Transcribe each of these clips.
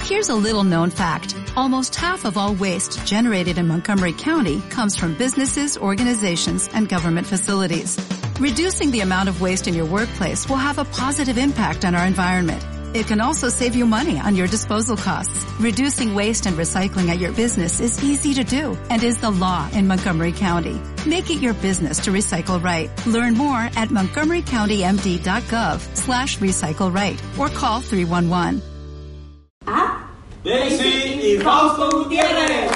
Here's a little known fact. Almost half of all waste generated in Montgomery County comes from businesses, organizations, and government facilities. Reducing the amount of waste in your workplace will have a positive impact on our environment. It can also save you money on your disposal costs. Reducing waste and recycling at your business is easy to do and is the law in Montgomery County. Make it your business to recycle right. Learn more at montgomerycountymd.gov/recycle right or call 311. Daisy y Fausto Gutiérrez.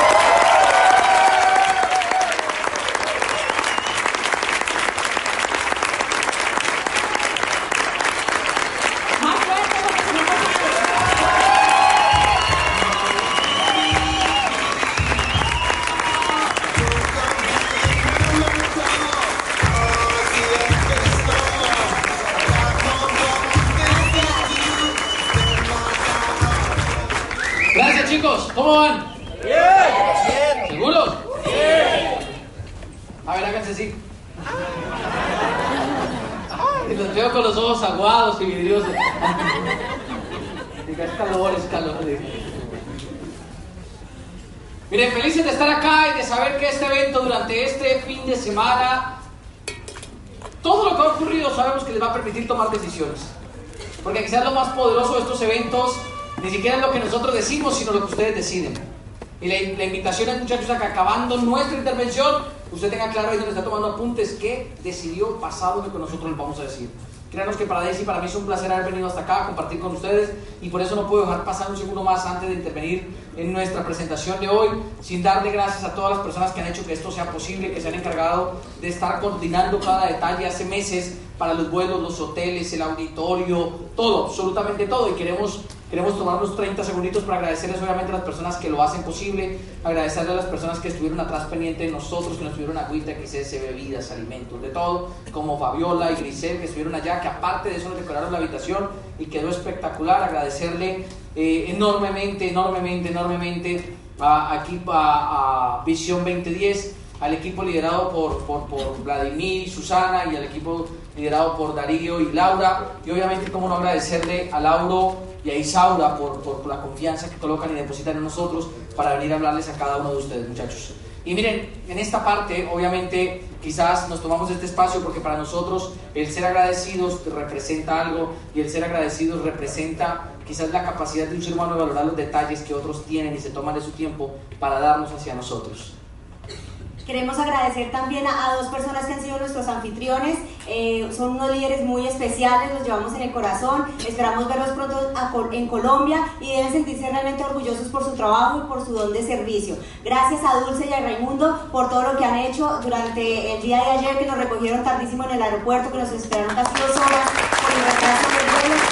Gracias, chicos, ¿cómo van? Bien. ¿Seguros? Bien. A ver, háganse así. Y los veo con los ojos aguados y vidriosos. Diga, es calor. Miren, felices de estar acá y de saber que este evento durante este fin de semana, todo lo que ha ocurrido sabemos que les va a permitir tomar decisiones. Porque quizás lo más poderoso de estos eventos ni siquiera es lo que nosotros decimos, sino lo que ustedes deciden. Y la invitación es, muchachos, a que acabando nuestra intervención, usted tenga claro ahí donde está tomando apuntes qué decidió pasado lo que nosotros les vamos a decir. Créanos que para Daisy y para mí es un placer haber venido hasta acá a compartir con ustedes, y por eso no puedo dejar pasar un segundo más antes de intervenir en nuestra presentación de hoy sin darle gracias a todas las personas que han hecho que esto sea posible, que se han encargado de estar coordinando cada detalle hace meses para los vuelos, los hoteles, el auditorio, todo, absolutamente todo. Y queremos tomarnos 30 segunditos para agradecerles obviamente a las personas que lo hacen posible, agradecerles a las personas que estuvieron atrás pendientes de nosotros, que nos tuvieron agüita, XS, bebidas, alimentos, de todo, como Fabiola y Grisel, que estuvieron allá, que aparte de eso nos decoraron la habitación y quedó espectacular. Agradecerle enormemente a Visión 2010, al equipo liderado por Vladimir y Susana, y al equipo liderado por Darío y Laura, y obviamente cómo no agradecerle a Lauro y a Isaura por la confianza que colocan y depositan en nosotros para venir a hablarles a cada uno de ustedes, muchachos. Y miren, en esta parte obviamente quizás nos tomamos este espacio porque para nosotros el ser agradecidos representa algo, y el ser agradecidos representa quizás la capacidad de un ser humano de valorar los detalles que otros tienen y se toman de su tiempo para darnos hacia nosotros. Queremos agradecer también a dos personas que han sido nuestros anfitriones. Son unos líderes muy especiales, los llevamos en el corazón. Esperamos verlos pronto en Colombia, y deben sentirse realmente orgullosos por su trabajo y por su don de servicio. Gracias a Dulce y a Raimundo por todo lo que han hecho durante el día de ayer, que nos recogieron tardísimo en el aeropuerto, que nos esperaron casi 2 horas por el retraso del vuelo.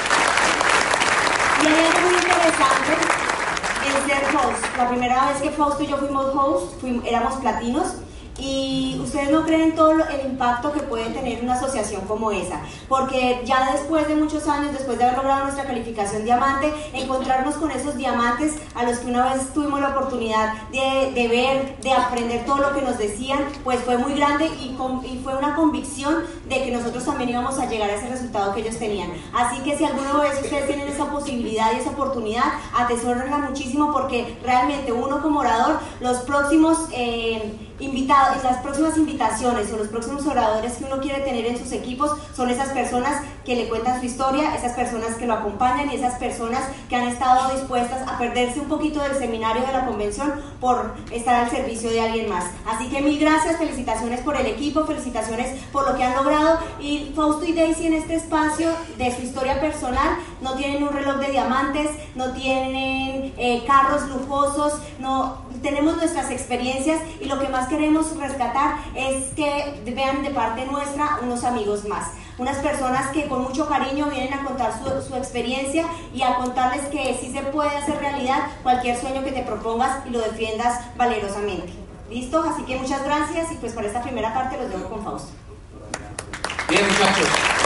Y hay algo muy interesante en ser host. La primera vez que Fausto y yo fuimos host, éramos platinos, y ustedes no creen todo el impacto que puede tener una asociación como esa, porque ya después de muchos años, después de haber logrado nuestra calificación diamante, encontrarnos con esos diamantes a los que una vez tuvimos la oportunidad de ver, de aprender todo lo que nos decían, pues fue muy grande, y fue una convicción de que nosotros también íbamos a llegar a ese resultado que ellos tenían. Así que si alguna vez ustedes tienen esa posibilidad y esa oportunidad, atesórenla muchísimo, porque realmente uno como orador, los próximos invitados, las próximas invitaciones o los próximos oradores que uno quiere tener en sus equipos son esas personas que le cuentan su historia, esas personas que lo acompañan, y esas personas que han estado dispuestas a perderse un poquito del seminario, de la convención, por estar al servicio de alguien más. Así que mil gracias, felicitaciones por el equipo, felicitaciones por lo que han logrado. Y Fausto y Daisy, en este espacio de su historia personal, no tienen un reloj de diamantes, no tienen carros lujosos, no tenemos nuestras experiencias, y lo que más queremos rescatar es que vean de parte nuestra unos amigos más, unas personas que con mucho cariño vienen a contar su experiencia y a contarles que sí se puede hacer realidad cualquier sueño que te propongas y lo defiendas valerosamente. ¿Listo? Así que muchas gracias, y pues para esta primera parte los dejo con Fausto. Bien, muchachos.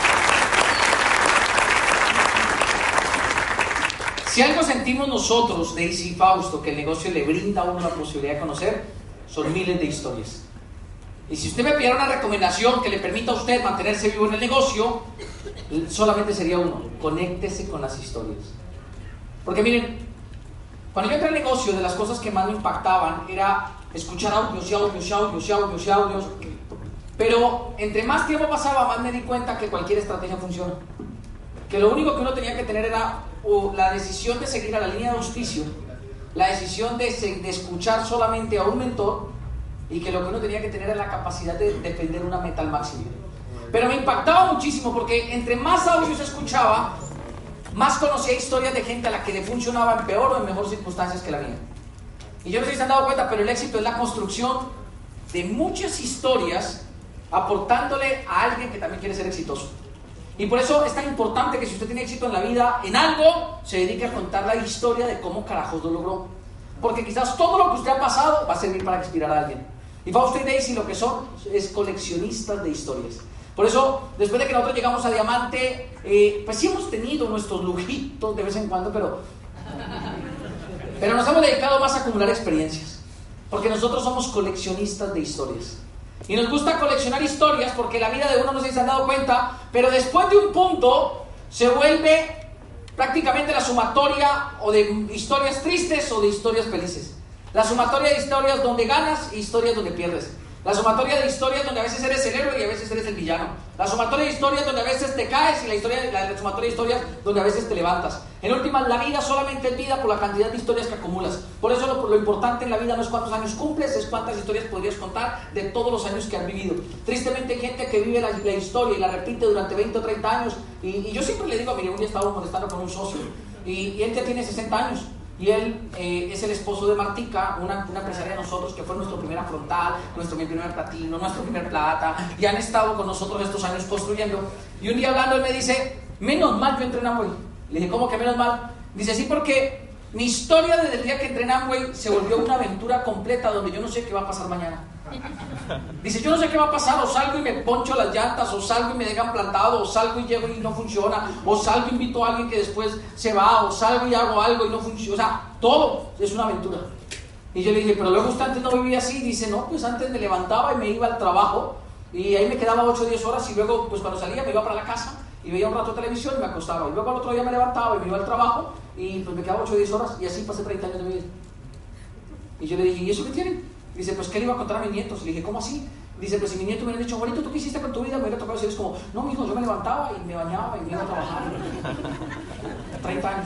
Si algo sentimos nosotros, Daisy y Fausto, que el negocio le brinda a uno la posibilidad de conocer, son miles de historias. Y si usted me pidiera una recomendación que le permita a usted mantenerse vivo en el negocio, solamente sería uno: conéctese con las historias. Porque miren, Cuando yo entré al negocio, de las cosas que más me impactaban era escuchar audios y audios y audios y audios y audios. Pero entre más tiempo pasaba, más me di cuenta que cualquier estrategia funciona. Que lo único que uno tenía que tener era la decisión de seguir a la línea de auspicio, la decisión de escuchar solamente a un mentor, y que lo que uno tenía que tener era la capacidad de defender una meta al máximo. Pero me impactaba muchísimo porque entre más audios escuchaba, más conocía historias de gente a la que le funcionaba en peor o en mejor circunstancias que la mía. Y yo no sé si se han dado cuenta, pero el éxito es la construcción de muchas historias aportándole a alguien que también quiere ser exitoso. Y por eso es tan importante que si usted tiene éxito en la vida, en algo, se dedique a contar la historia de cómo carajos lo logró. Porque quizás todo lo que usted ha pasado va a servir para inspirar a alguien. Y Fausto y Daisy lo que son es coleccionistas de historias. Por eso, después de que nosotros llegamos a Diamante, pues sí hemos tenido nuestros lujitos de vez en cuando, pero nos hemos dedicado más a acumular experiencias. Porque nosotros somos coleccionistas de historias. Y nos gusta coleccionar historias porque la vida de uno, no sé si se han dado cuenta, pero después de un punto se vuelve prácticamente la sumatoria o de historias tristes o de historias felices. La sumatoria de historias donde ganas e historias donde pierdes. La sumatoria de historias donde a veces eres el héroe y a veces eres el villano. La sumatoria de historias donde a veces te caes y la sumatoria de historias donde a veces te levantas. En última, la vida solamente es vida por la cantidad de historias que acumulas. Por eso lo importante en la vida no es cuántos años cumples, es cuántas historias podrías contar de todos los años que has vivido. Tristemente hay gente que vive la historia y la repite durante 20 o 30 años. Y yo siempre le digo, mire, un día estaba molestando con un socio y él ya tiene 60 años. Y él es el esposo de Martica, una empresaria de nosotros que fue nuestro primer frontal, nuestro primer platino, nuestro primer plata, y han estado con nosotros estos años construyendo. Y un día hablando él me dice, menos mal yo entré en Amway. Le dije, ¿cómo que menos mal? Dice, sí, porque mi historia desde el día que entré en Amway se volvió una aventura completa donde yo no sé qué va a pasar mañana. Dice, yo no sé qué va a pasar, o salgo y me poncho las llantas, o salgo y me dejan plantado, o salgo y llego y no funciona, o salgo y invito a alguien que después se va, o salgo y hago algo y no funciona. O sea, todo es una aventura. Y yo le dije, pero luego usted antes no vivía así. Dice, no, pues antes me levantaba y me iba al trabajo y ahí me quedaba 8 o 10 horas y luego pues cuando salía me iba para la casa y veía un rato de televisión y me acostaba, y luego al otro día me levantaba y me iba al trabajo y pues me quedaba 8 o 10 horas y así pasé 30 años de mi vida. Y yo le dije, ¿y eso qué tienen? Dice, pues ¿qué le iba a contar a mis nietos? Le dije, ¿cómo así? Dice, pues si mi nieto me hubiera dicho, bonito, ¿tú qué hiciste con tu vida? Me hubiera tocado decirles como, no, mijo, yo me levantaba y me bañaba y me iba a trabajar. 30 años.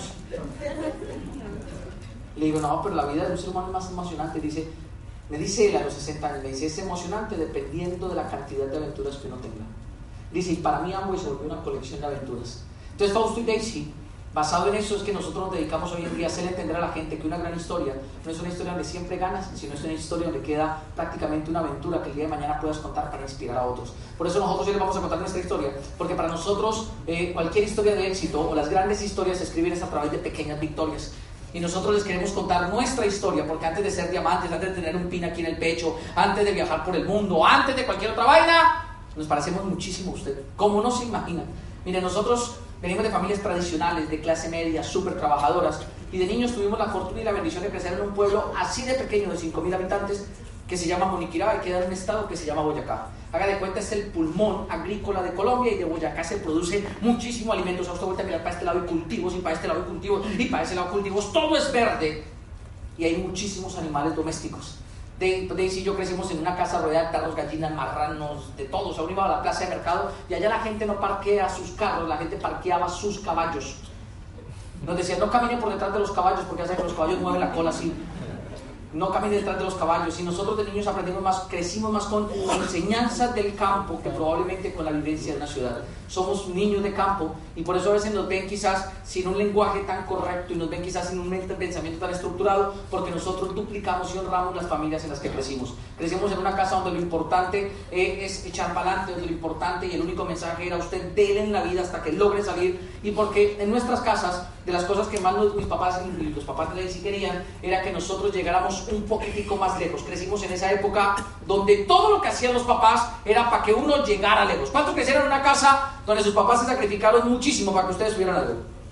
Le digo, no, pero la vida de un ser humano es más emocionante. Dice, me dice él a los 60 años, me dice, es emocionante dependiendo de la cantidad de aventuras que uno tenga. Dice, y para mí Amway se volvió una colección de aventuras. Entonces Fausto y Daisy, basado en eso es que nosotros nos dedicamos hoy en día a hacer entender a la gente que una gran historia no es una historia donde siempre ganas, sino es una historia donde queda prácticamente una aventura que el día de mañana puedas contar para inspirar a otros. Por eso nosotros hoy les vamos a contar nuestra historia, porque para nosotros cualquier historia de éxito o las grandes historias se escriben a través de pequeñas victorias. Y nosotros les queremos contar nuestra historia, porque antes de ser diamantes, antes de tener un pin aquí en el pecho, antes de viajar por el mundo, antes de cualquier otra vaina, nos parecemos muchísimo a usted, como no se imagina. Mire, nosotros venimos de familias tradicionales, de clase media, súper trabajadoras, y de niños tuvimos la fortuna y la bendición de crecer en un pueblo así de pequeño, de 5,000 habitantes, que se llama Moniquirá y queda en un estado que se llama Boyacá. Haga de cuenta, es el pulmón agrícola de Colombia, y de Boyacá se produce muchísimo alimento. O sea, usted vuelve a mirar para este lado hay cultivos, y para este lado hay cultivos, y para ese lado cultivos, todo es verde, y hay muchísimos animales domésticos. Daisy y yo crecimos en una casa rodeada de perros, gallinas, marranos, de todo. O sea, uno iba a la plaza de mercado y allá la gente no parquea sus carros, la gente parqueaba sus caballos. Nos decían, no camine por detrás de los caballos, porque ya saben que los caballos mueven la cola así. No camine detrás de los caballos. Y nosotros de niños aprendimos más, crecimos más con enseñanzas del campo que probablemente con la vivencia de una ciudad. Somos niños de campo, y por eso a veces nos ven quizás sin un lenguaje tan correcto y nos ven quizás sin un pensamiento tan estructurado, porque nosotros duplicamos y honramos las familias en las que crecimos. Crecimos en una casa donde lo importante es echar para adelante, donde lo importante y el único mensaje era usted dele en la vida hasta que logre salir. Y porque en nuestras casas, de las cosas que más mis papás y los papás de Daisy querían era que nosotros llegáramos un poquitico más lejos. Crecimos en esa época donde todo lo que hacían los papás era para que uno llegara lejos. ¿Cuántos crecieron en una casa donde sus papás se sacrificaron muchísimo para que ustedes tuvieran algo?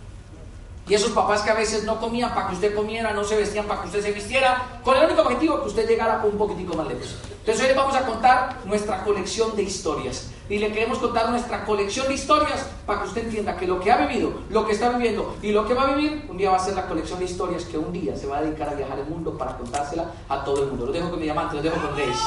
Y esos papás que a veces no comían para que usted comiera, no se vestían para que usted se vistiera, con el único objetivo que usted llegara un poquitico más lejos. Entonces hoy les vamos a contar nuestra colección de historias. y le queremos contar nuestra colección de historias para que usted entienda que lo que ha vivido, lo que está viviendo y lo que va a vivir, un día va a ser la colección de historias que un día se va a dedicar a viajar el mundo para contársela a todo el mundo. Los dejo con mi diamante, los dejo con Daisy.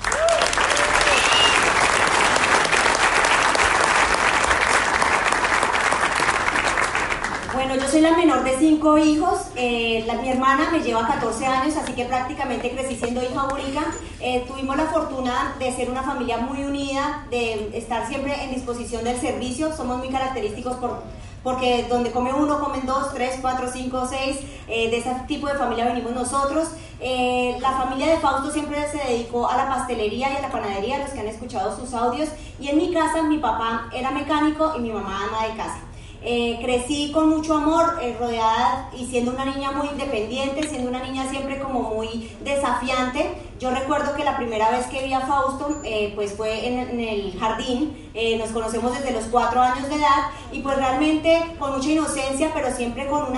Bueno, yo soy la menor de 5 hijos, mi hermana me lleva 14 años, así que prácticamente crecí siendo hija única. Tuvimos la fortuna de ser una familia muy unida, de estar siempre en disposición del servicio. Somos muy característicos porque donde come uno, comen 2, 3, 4, 5, 6, de ese tipo de familia venimos nosotros. La familia de Fausto siempre se dedicó a la pastelería y a la panadería, los que han escuchado sus audios, y en mi casa mi papá era mecánico y mi mamá ama de casa. Crecí con mucho amor, rodeada y siendo una niña muy independiente, siendo una niña siempre como muy desafiante. Yo recuerdo que la primera vez que vi a Fausto pues fue en el jardín. Nos conocemos desde los 4 años de edad y pues realmente con mucha inocencia, pero siempre con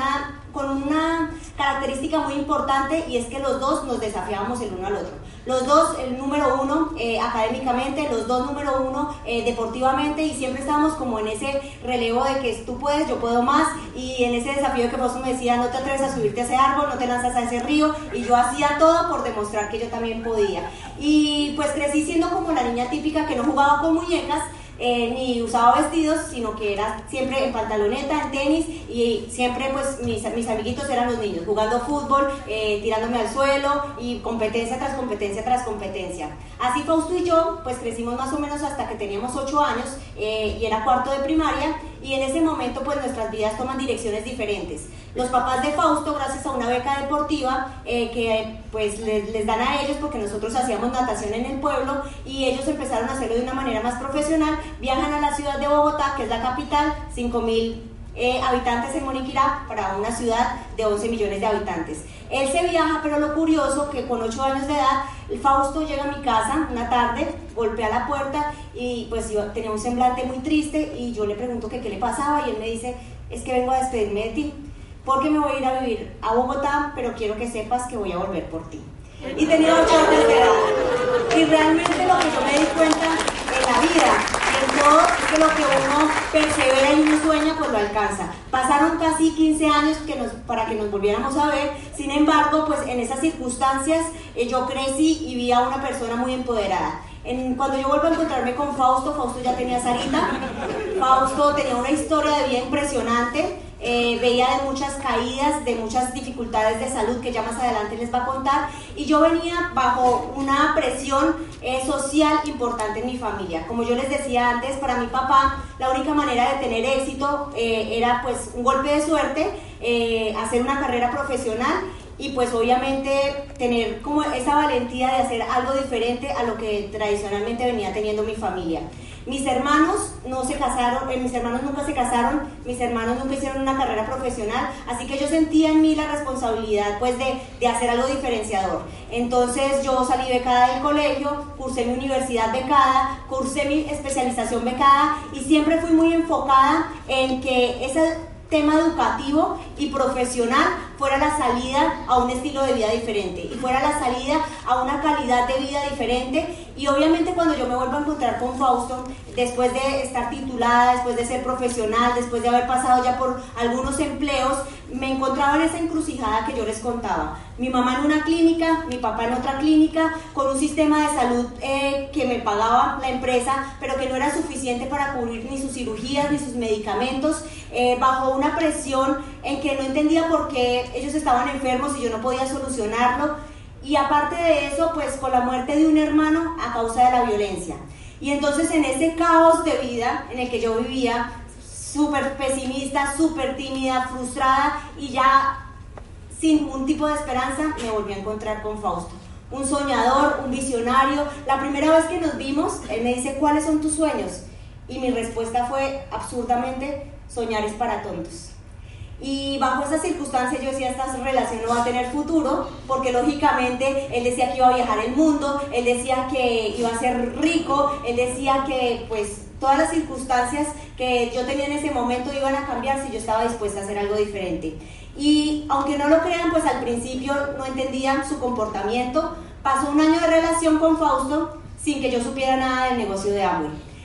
una característica muy importante, y es que los dos nos desafiábamos el uno al otro. Los dos, el número 1 académicamente, los dos número 1 deportivamente, y siempre estábamos como en ese relevo de que tú puedes, yo puedo más, y en ese desafío de que Fausto me decía, no te atreves a subirte a ese árbol, no te lanzas a ese río, y yo hacía todo por demostrar que yo también podía. Y pues crecí siendo como la niña típica que no jugaba con muñecas, ni usaba vestidos, sino que era siempre en pantaloneta, en tenis, y siempre pues mis amiguitos eran los niños, jugando fútbol, tirándome al suelo, y competencia tras competencia tras competencia. Así Fausto y yo pues crecimos más o menos hasta que teníamos 8 años, y era cuarto de primaria, y en ese momento pues nuestras vidas toman direcciones diferentes. Los papás de Fausto, gracias a una beca deportiva que pues les dan a ellos, porque nosotros hacíamos natación en el pueblo y ellos empezaron a hacerlo de una manera más profesional, viajan a la ciudad de Bogotá, que es la capital, 5.000 habitantes en Moniquirá, para una ciudad de 11 millones de habitantes. Él se viaja, pero lo curioso que con 8 años de edad, el Fausto llega a mi casa una tarde, golpea la puerta y pues yo tenía un semblante muy triste, y yo le pregunto que qué le pasaba, y él me dice, es que vengo a despedirme de ti, porque me voy a ir a vivir a Bogotá, pero quiero que sepas que voy a volver por ti. Y tenía 8 años de edad. Y realmente lo que yo me di cuenta en la vida, en todo, es que lo que uno persevera y uno sueña, pues lo alcanza. Pasaron casi 15 años para que nos volviéramos a ver. Sin embargo, pues en esas circunstancias yo crecí y vi a una persona muy empoderada. Cuando yo vuelvo a encontrarme con Fausto, Fausto ya tenía Sarita. Fausto tenía una historia de vida impresionante. Veía de muchas caídas, de muchas dificultades de salud que ya más adelante les va a contar, y yo venía bajo una presión social importante en mi familia. Como yo les decía antes, para mi papá la única manera de tener éxito era pues un golpe de suerte, hacer una carrera profesional y pues obviamente tener como esa valentía de hacer algo diferente a lo que tradicionalmente venía teniendo mi familia. Mis hermanos no se casaron, mis hermanos nunca se casaron, mis hermanos nunca hicieron una carrera profesional, así que yo sentía en mí la responsabilidad pues de hacer algo diferenciador. Entonces yo salí becada del colegio, cursé mi universidad becada, cursé mi especialización becada, y siempre fui muy enfocada en que ese tema educativo y profesional fuera la salida a un estilo de vida diferente y fuera la salida a una calidad de vida diferente. Y obviamente cuando yo me vuelvo a encontrar con Fausto, después de estar titulada, después de ser profesional, después de haber pasado ya por algunos empleos, me encontraba en esa encrucijada que yo les contaba. Mi mamá en una clínica, mi papá en otra clínica, con un sistema de salud que me pagaba la empresa, pero que no era suficiente para cubrir ni sus cirugías ni sus medicamentos, bajo una presión en que no entendía por qué ellos estaban enfermos y yo no podía solucionarlo. Y aparte de eso, pues con la muerte de un hermano a causa de la violencia. Y entonces en ese caos de vida en el que yo vivía, súper pesimista, súper tímida, frustrada y ya sin ningún tipo de esperanza, me volví a encontrar con Fausto. Un soñador, un visionario. La primera vez que nos vimos, él me dice, ¿cuáles son tus sueños? Y mi respuesta fue absurdamente, soñar es para tontos. Y bajo esas circunstancias yo decía, esta relación no va a tener futuro, porque lógicamente él decía que iba a viajar el mundo, él decía que iba a ser rico, él decía que pues todas las circunstancias que yo tenía en ese momento iban a cambiar si yo estaba dispuesta a hacer algo diferente. Y aunque no lo crean, pues al principio no entendían su comportamiento. Pasó un año de relación con Fausto sin que yo supiera nada del negocio de Amway.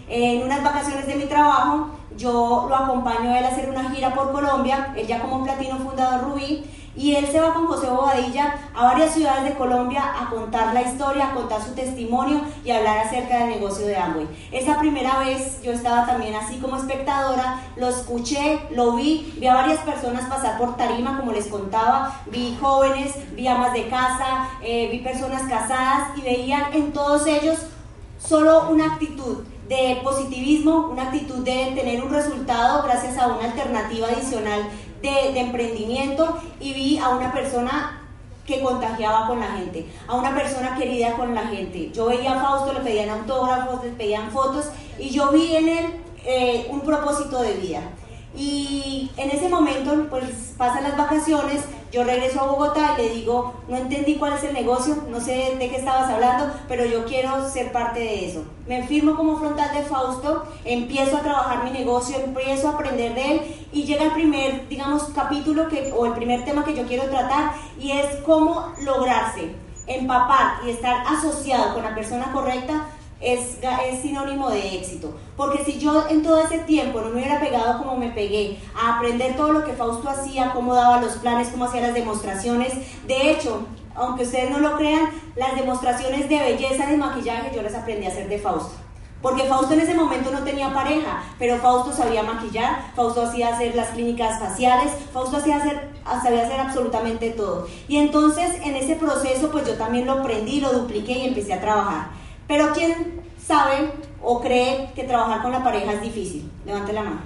En unas vacaciones de mi trabajo, yo lo acompaño a él a hacer una gira por Colombia, él ya como platino fundador Rubí, y él se va con José Bobadilla a varias ciudades de Colombia a contar la historia, a contar su testimonio y a hablar acerca del negocio de Amway. Esa primera vez yo estaba también así como espectadora, lo escuché, lo vi a varias personas pasar por tarima, como les contaba, vi jóvenes, vi amas de casa, vi personas casadas y veían en todos ellos solo una actitud de positivismo, una actitud de tener un resultado gracias a una alternativa adicional de emprendimiento, y vi a una persona que contagiaba con la gente, a una persona querida con la gente. Yo veía a Fausto, le pedían autógrafos, le pedían fotos, y yo vi en él un propósito de vida. Y en ese momento, pues pasan las vacaciones, yo regreso a Bogotá y le digo, no entendí cuál es el negocio, no sé de qué estabas hablando, pero yo quiero ser parte de eso. Me firmo como frontal de Fausto, empiezo a trabajar mi negocio, empiezo a aprender de él, y llega el primer, digamos, capítulo o el primer tema que yo quiero tratar, y es cómo lograrse, empapar y estar asociado con la persona correcta. Es sinónimo de éxito, porque si yo en todo ese tiempo no me hubiera pegado como me pegué a aprender todo lo que Fausto hacía, cómo daba los planes, cómo hacía las demostraciones, de hecho, aunque ustedes no lo crean, las demostraciones de belleza, de maquillaje, yo las aprendí a hacer de Fausto, porque Fausto en ese momento no tenía pareja, pero Fausto sabía maquillar, Fausto hacía hacer las clínicas faciales, Fausto sabía hacer absolutamente todo, y entonces en ese proceso pues yo también lo aprendí, lo dupliqué y empecé a trabajar. Pero ¿quién sabe o cree que trabajar con la pareja es difícil? Levante la mano.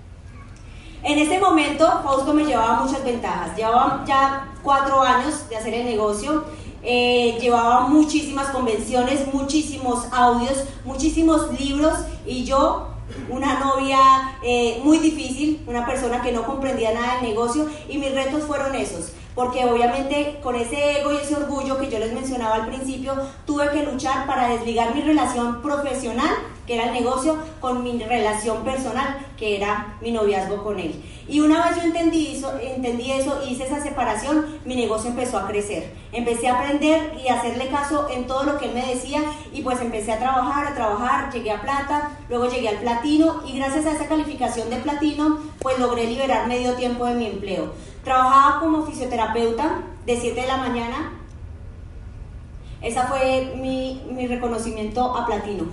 En ese momento, Fausto me llevaba muchas ventajas. Llevaba ya 4 años de hacer el negocio, llevaba muchísimas convenciones, muchísimos audios, muchísimos libros, y yo, una novia muy difícil, una persona que no comprendía nada del negocio, y mis retos fueron esos. Porque obviamente con ese ego y ese orgullo que yo les mencionaba al principio, tuve que luchar para desligar mi relación profesional, que era el negocio, con mi relación personal, que era mi noviazgo con él. Y una vez yo entendí eso, hice esa separación, mi negocio empezó a crecer. Empecé a aprender y a hacerle caso en todo lo que él me decía, y pues empecé a trabajar, llegué a plata, luego llegué al platino, y gracias a esa calificación de platino, pues logré liberar medio tiempo de mi empleo. Trabajaba como fisioterapeuta de 7 de la mañana. Esa fue mi reconocimiento a platino.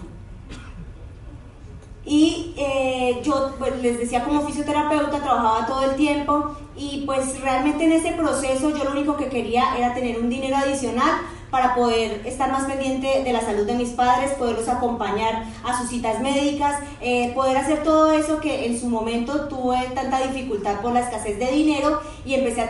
Y yo pues, les decía, como fisioterapeuta trabajaba todo el tiempo, y pues realmente en ese proceso yo lo único que quería era tener un dinero adicional para poder estar más pendiente de la salud de mis padres, poderlos acompañar a sus citas médicas, poder hacer todo eso que en su momento tuve tanta dificultad por la escasez de dinero, y empecé a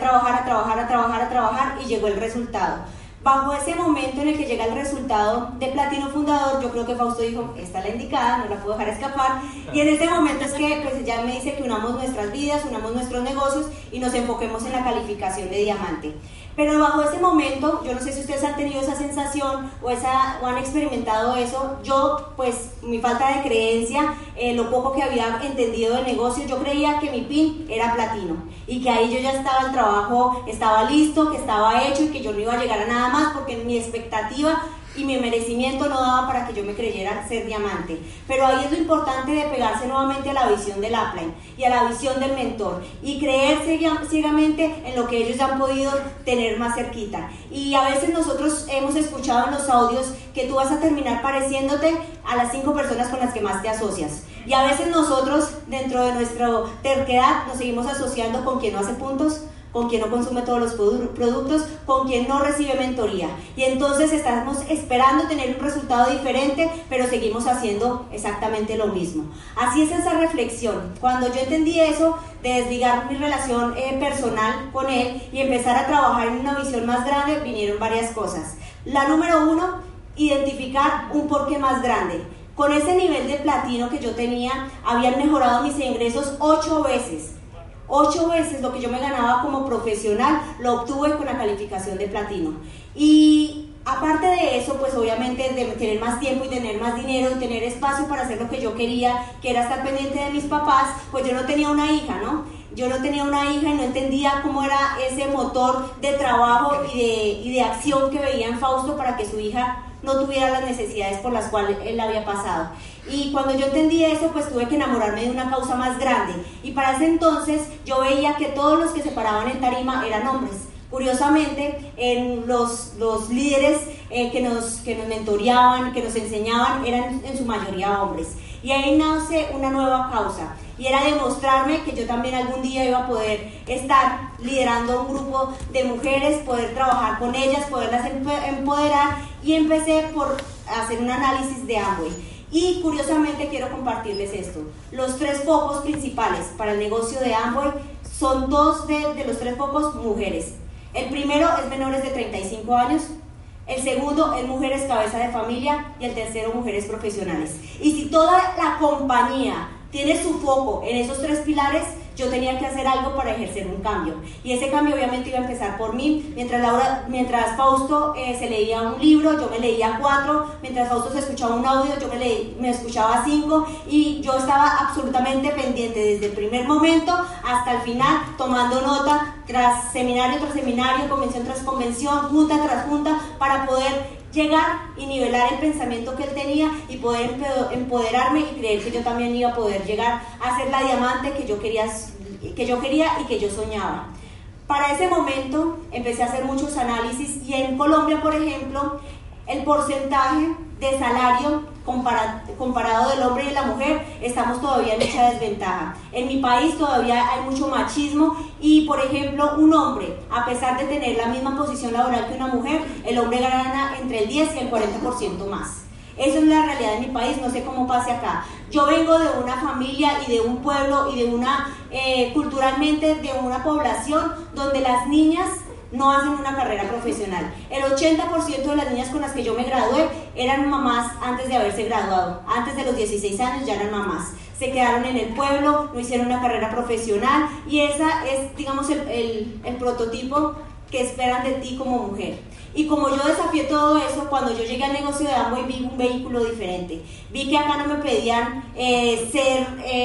trabajar y llegó el resultado. Bajo ese momento en el que llega el resultado de platino fundador, yo creo que Fausto dijo, esta es la indicada, no la puedo dejar escapar, y en ese momento es que pues ya me dice que unamos nuestras vidas, unamos nuestros negocios y nos enfoquemos en la calificación de diamante. Pero bajo ese momento, yo no sé si ustedes han tenido esa sensación o han experimentado eso, yo pues mi falta de creencia, lo poco que había entendido del negocio, yo creía que mi PIN era platino y que ahí yo ya estaba, el trabajo estaba listo, que estaba hecho y que yo no iba a llegar a nada más, porque mi expectativa y mi merecimiento no daba para que yo me creyera ser diamante. Pero ahí es lo importante de pegarse nuevamente a la visión del upline y a la visión del mentor, y creer ciegamente en lo que ellos ya han podido tener más cerquita. Y a veces nosotros hemos escuchado en los audios que tú vas a terminar pareciéndote a las 5 personas con las que más te asocias, y a veces nosotros dentro de nuestra terquedad nos seguimos asociando con quien no hace puntos, con quien no consume todos los productos, con quien no recibe mentoría, y entonces estamos esperando tener un resultado diferente, pero seguimos haciendo exactamente lo mismo. Así es esa reflexión. Cuando yo entendí eso, de desligar mi relación personal con él y empezar a trabajar en una visión más grande, vinieron varias cosas. La número 1, identificar un porqué más grande. Con ese nivel de platino que yo tenía, habían mejorado mis ingresos 8 veces. 8 veces lo que yo me ganaba como profesional lo obtuve con la calificación de platino. Y aparte de eso, pues obviamente de tener más tiempo y tener más dinero y tener espacio para hacer lo que yo quería, que era estar pendiente de mis papás, pues yo no tenía una hija, ¿no? Yo no tenía una hija y no entendía cómo era ese motor de trabajo y de acción que veía en Fausto para que su hija no tuviera las necesidades por las cuales él había pasado. Y cuando yo entendí eso, pues tuve que enamorarme de una causa más grande. Y para ese entonces yo veía que todos los que se paraban en tarima eran hombres. Curiosamente, los líderes que nos mentoreaban, que nos enseñaban, eran en su mayoría hombres. Y ahí nace una nueva causa, y era demostrarme que yo también algún día iba a poder estar liderando un grupo de mujeres, poder trabajar con ellas, poderlas empoderar, y empecé por hacer un análisis de Amway. Y curiosamente quiero compartirles esto. Los 3 focos principales para el negocio de Amway son 2 de los 3 focos mujeres. El primero es menores de 35 años, el segundo es mujeres cabeza de familia y el tercero mujeres profesionales. Y si toda la compañía tiene su foco en esos 3 pilares, yo tenía que hacer algo para ejercer un cambio. Y ese cambio obviamente iba a empezar por mí. Mientras Fausto se leía un libro, yo me leía 4. Mientras Fausto se escuchaba un audio, yo me escuchaba 5. Y yo estaba absolutamente pendiente desde el primer momento hasta el final, tomando nota tras seminario tras seminario, convención tras convención, junta tras junta, para poder llegar y nivelar el pensamiento que él tenía y poder empoderarme y creer que yo también iba a poder llegar a ser la diamante que yo quería y que yo soñaba. Para ese momento empecé a hacer muchos análisis, y en Colombia, por ejemplo, el porcentaje de salario comparado del hombre y de la mujer, estamos todavía en mucha desventaja. En mi país todavía hay mucho machismo, y por ejemplo, un hombre, a pesar de tener la misma posición laboral que una mujer, el hombre gana entre el 10 y el 40% más. Eso es la realidad de mi país, no sé cómo pase acá. Yo vengo de una familia y de un pueblo y de culturalmente de una población donde las niñas no hacen una carrera profesional. El 80% de las niñas con las que yo me gradué eran mamás antes de haberse graduado. Antes de los 16 años ya eran mamás. Se quedaron en el pueblo, no hicieron una carrera profesional, y esa es, digamos, el prototipo que esperan de ti como mujer. Y como yo desafié todo eso, cuando yo llegué al negocio de Amway vi un vehículo diferente. Vi que acá no me pedían ser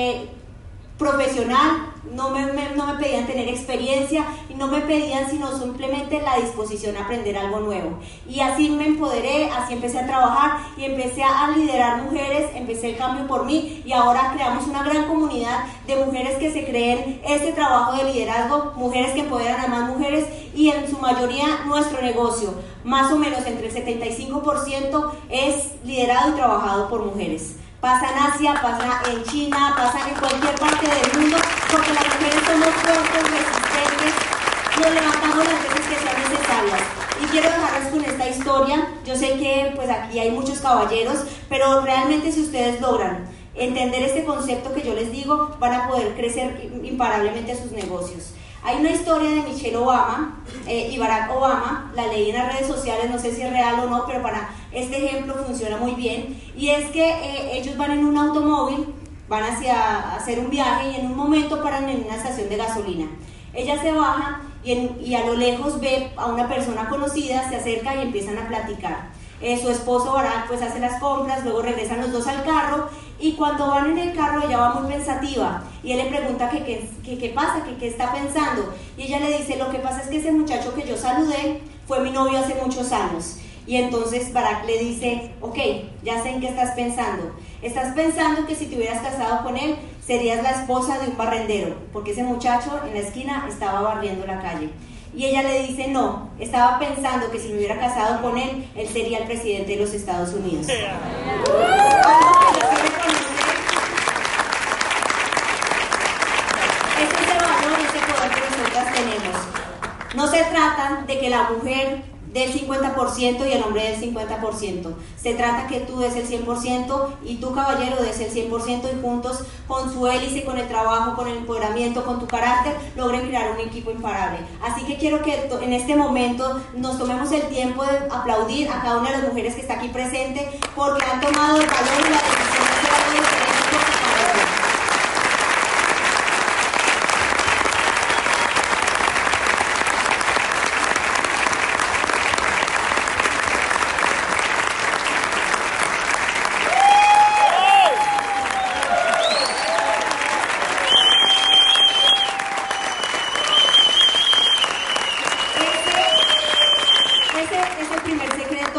profesional, no me pedían tener experiencia, y no me pedían sino simplemente la disposición a aprender algo nuevo. Y así me empoderé, así empecé a trabajar y empecé a liderar mujeres, empecé el cambio por mí, y ahora creamos una gran comunidad de mujeres que se creen este trabajo de liderazgo, mujeres que empoderan a más mujeres, y en su mayoría nuestro negocio, más o menos entre el 75%, es liderado y trabajado por mujeres. Pasa en Asia, pasa en China, pasa en cualquier parte del mundo, porque las mujeres somos fuertes, resistentes, nos levantamos las veces que sean necesarias. Y quiero dejarles con esta historia. Yo sé que pues aquí hay muchos caballeros, pero realmente si ustedes logran entender este concepto que yo les digo, van a poder crecer imparablemente sus negocios. Hay una historia de Michelle Obama y Barack Obama, la leí en las redes sociales, no sé si es real o no, pero para este ejemplo funciona muy bien, y es que ellos van en un automóvil, van a hacer un viaje, y en un momento paran en una estación de gasolina. Ella se baja y a lo lejos ve a una persona conocida, se acerca y empiezan a platicar. Su esposo Barack pues hace las compras, luego regresan los dos al carro, y cuando van en el carro ella va muy pensativa, y él le pregunta que qué pasa, que qué está pensando, y ella le dice: lo que pasa es que ese muchacho que yo saludé fue mi novio hace muchos años. Y entonces Barack le dice: ok, ya sé en qué estás pensando. Estás pensando que si te hubieras casado con él serías la esposa de un barrendero, porque ese muchacho en la esquina estaba barriendo la calle. Y ella le dice: no, estaba pensando que si me hubiera casado con él, él sería el presidente de los Estados Unidos. Este es el valor, este poder que nosotras tenemos. No se trata de que la mujer del 50% y el hombre del 50%. Se trata que tú des el 100% y tu caballero des el 100%, y juntos, con su hélice, con el trabajo, con el empoderamiento, con tu carácter, logren crear un equipo imparable. Así que quiero que en este momento nos tomemos el tiempo de aplaudir a cada una de las mujeres que está aquí presente, porque han tomado el valor y la decisión de hacer algo diferente por su caballero.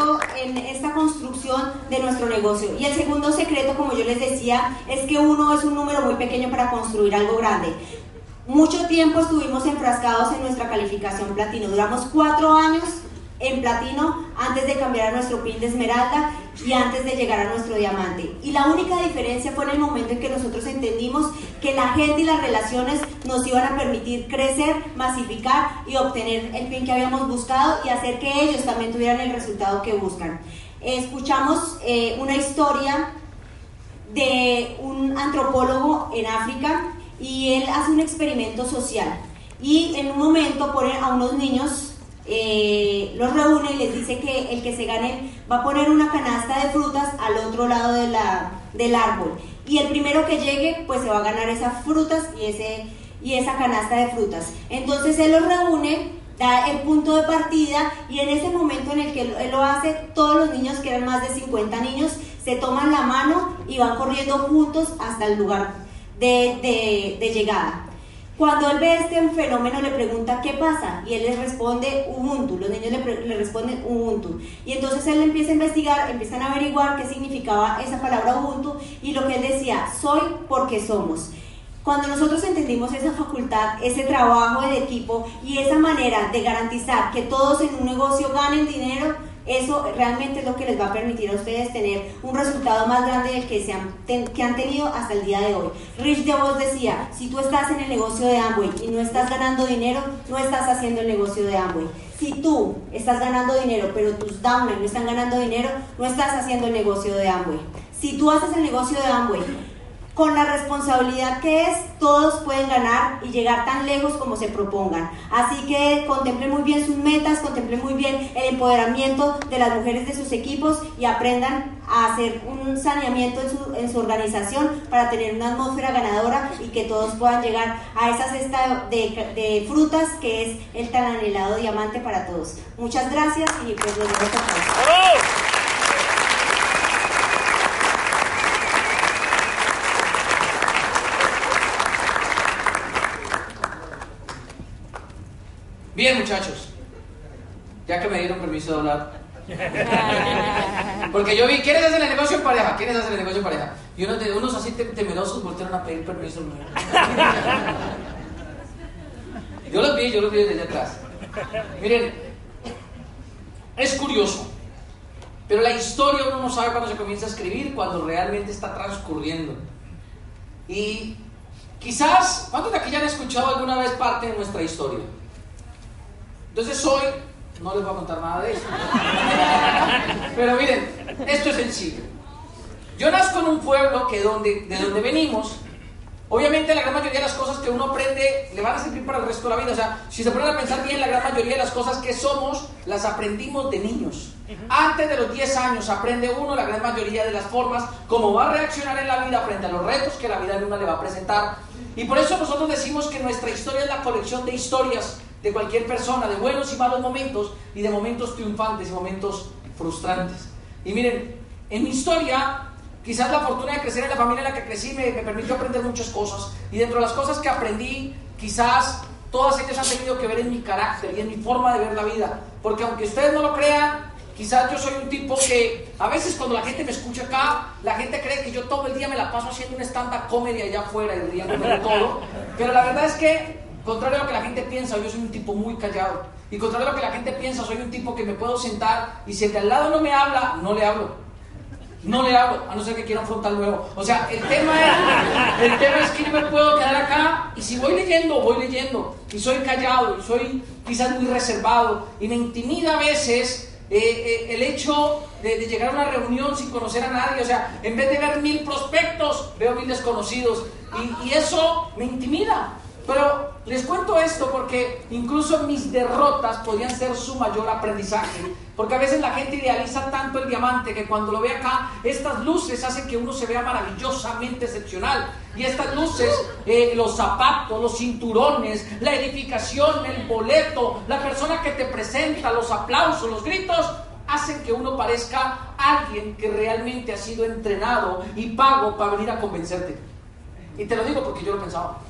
secreto en esta construcción de nuestro negocio. Y el segundo secreto, como yo les decía, es que uno es un número muy pequeño para construir algo grande. Mucho tiempo estuvimos enfrascados en nuestra calificación platino. Duramos 4 años en platino antes de cambiar a nuestro pin de esmeralda y antes de llegar a nuestro diamante. Y la única diferencia fue en el momento en que nosotros entendimos que la gente y las relaciones nos iban a permitir crecer, masificar y obtener el pin que habíamos buscado y hacer que ellos también tuvieran el resultado que buscan. Escuchamos una historia de un antropólogo en África y él hace un experimento social y en un momento pone a unos niños, los reúne y les dice que el que se gane va a poner una canasta de frutas al otro lado del árbol y el primero que llegue pues se va a ganar esas frutas y esa canasta de frutas. Entonces él los reúne, da el punto de partida y en ese momento en el que él lo hace, todos los niños, que eran más de 50 niños, se toman la mano y van corriendo juntos hasta el lugar de llegada. Cuando él ve este fenómeno le pregunta qué pasa y él les responde Ubuntu, los niños le responden Ubuntu y entonces él empieza a investigar, empiezan a averiguar qué significaba esa palabra Ubuntu y lo que él decía, soy porque somos. Cuando nosotros entendimos esa facultad, ese trabajo de equipo y esa manera de garantizar que todos en un negocio ganen dinero, eso realmente es lo que les va a permitir a ustedes tener un resultado más grande del que han tenido hasta el día de hoy. Rich DeVos decía, si tú estás en el negocio de Amway y no estás ganando dinero, no estás haciendo el negocio de Amway. Si tú estás ganando dinero, pero tus downline no están ganando dinero, no estás haciendo el negocio de Amway. Si tú haces el negocio de Amway con la responsabilidad que es, todos pueden ganar y llegar tan lejos como se propongan. Así que contemplen muy bien sus metas, contemplen muy bien el empoderamiento de las mujeres de sus equipos y aprendan a hacer un saneamiento en su organización para tener una atmósfera ganadora y que todos puedan llegar a esa cesta de frutas que es el tan anhelado diamante para todos. Muchas gracias y pues nos vemos a Bien, muchachos, ya que me dieron permiso de hablar, porque yo vi, ¿quiénes hacen el negocio en pareja? ¿Quiénes hacen el negocio en pareja? Y unos así temerosos voltearon a pedir permiso. Yo los vi desde atrás. Miren, es curioso, pero la historia uno no sabe cuándo se comienza a escribir, cuando realmente está transcurriendo. Y quizás, ¿cuántos de aquí ya han escuchado alguna vez parte de nuestra historia? Entonces hoy no les voy a contar nada de eso. Pero miren, esto es sencillo. Yo nazco en un pueblo de donde venimos. Obviamente la gran mayoría de las cosas que uno aprende le van a servir para el resto de la vida. O sea, si se ponen a pensar bien, la gran mayoría de las cosas que somos las aprendimos de niños. Antes de los 10 años aprende uno la gran mayoría de las formas como va a reaccionar en la vida frente a los retos que la vida en una le va a presentar. Y por eso nosotros decimos que nuestra historia es la colección de historias de cualquier persona, de buenos y malos momentos, y de momentos triunfantes y momentos frustrantes. Y miren, en mi historia, quizás la fortuna de crecer en la familia en la que crecí me permitió aprender muchas cosas, y dentro de las cosas que aprendí, quizás todas ellas han tenido que ver en mi carácter y en mi forma de ver la vida, porque aunque ustedes no lo crean, quizás yo soy un tipo que a veces cuando la gente me escucha acá, la gente cree que yo todo el día me la paso haciendo un stand-up comedy allá afuera y riéndome de todo, pero la verdad es que contrario a lo que la gente piensa, yo soy un tipo muy callado. Y contrario a lo que la gente piensa, soy un tipo que me puedo sentar y si el de al lado no me habla, no le hablo. No le hablo, a no ser que quiera un frontal nuevo. O sea, el tema es que yo me puedo quedar acá y si voy leyendo. Y soy callado, y soy quizás muy reservado. Y me intimida a veces el hecho de llegar a una reunión sin conocer a nadie. O sea, en vez de ver 1000 prospectos, veo 1000 desconocidos. Y eso me intimida. Pero les cuento esto porque incluso mis derrotas podrían ser su mayor aprendizaje. Porque a veces la gente idealiza tanto el diamante que cuando lo ve acá, estas luces hacen que uno se vea maravillosamente excepcional. Y estas luces, los zapatos, los cinturones, la edificación, el boleto, la persona que te presenta, los aplausos, los gritos, hacen que uno parezca alguien que realmente ha sido entrenado y pago para venir a convencerte. Y te lo digo porque yo lo pensaba.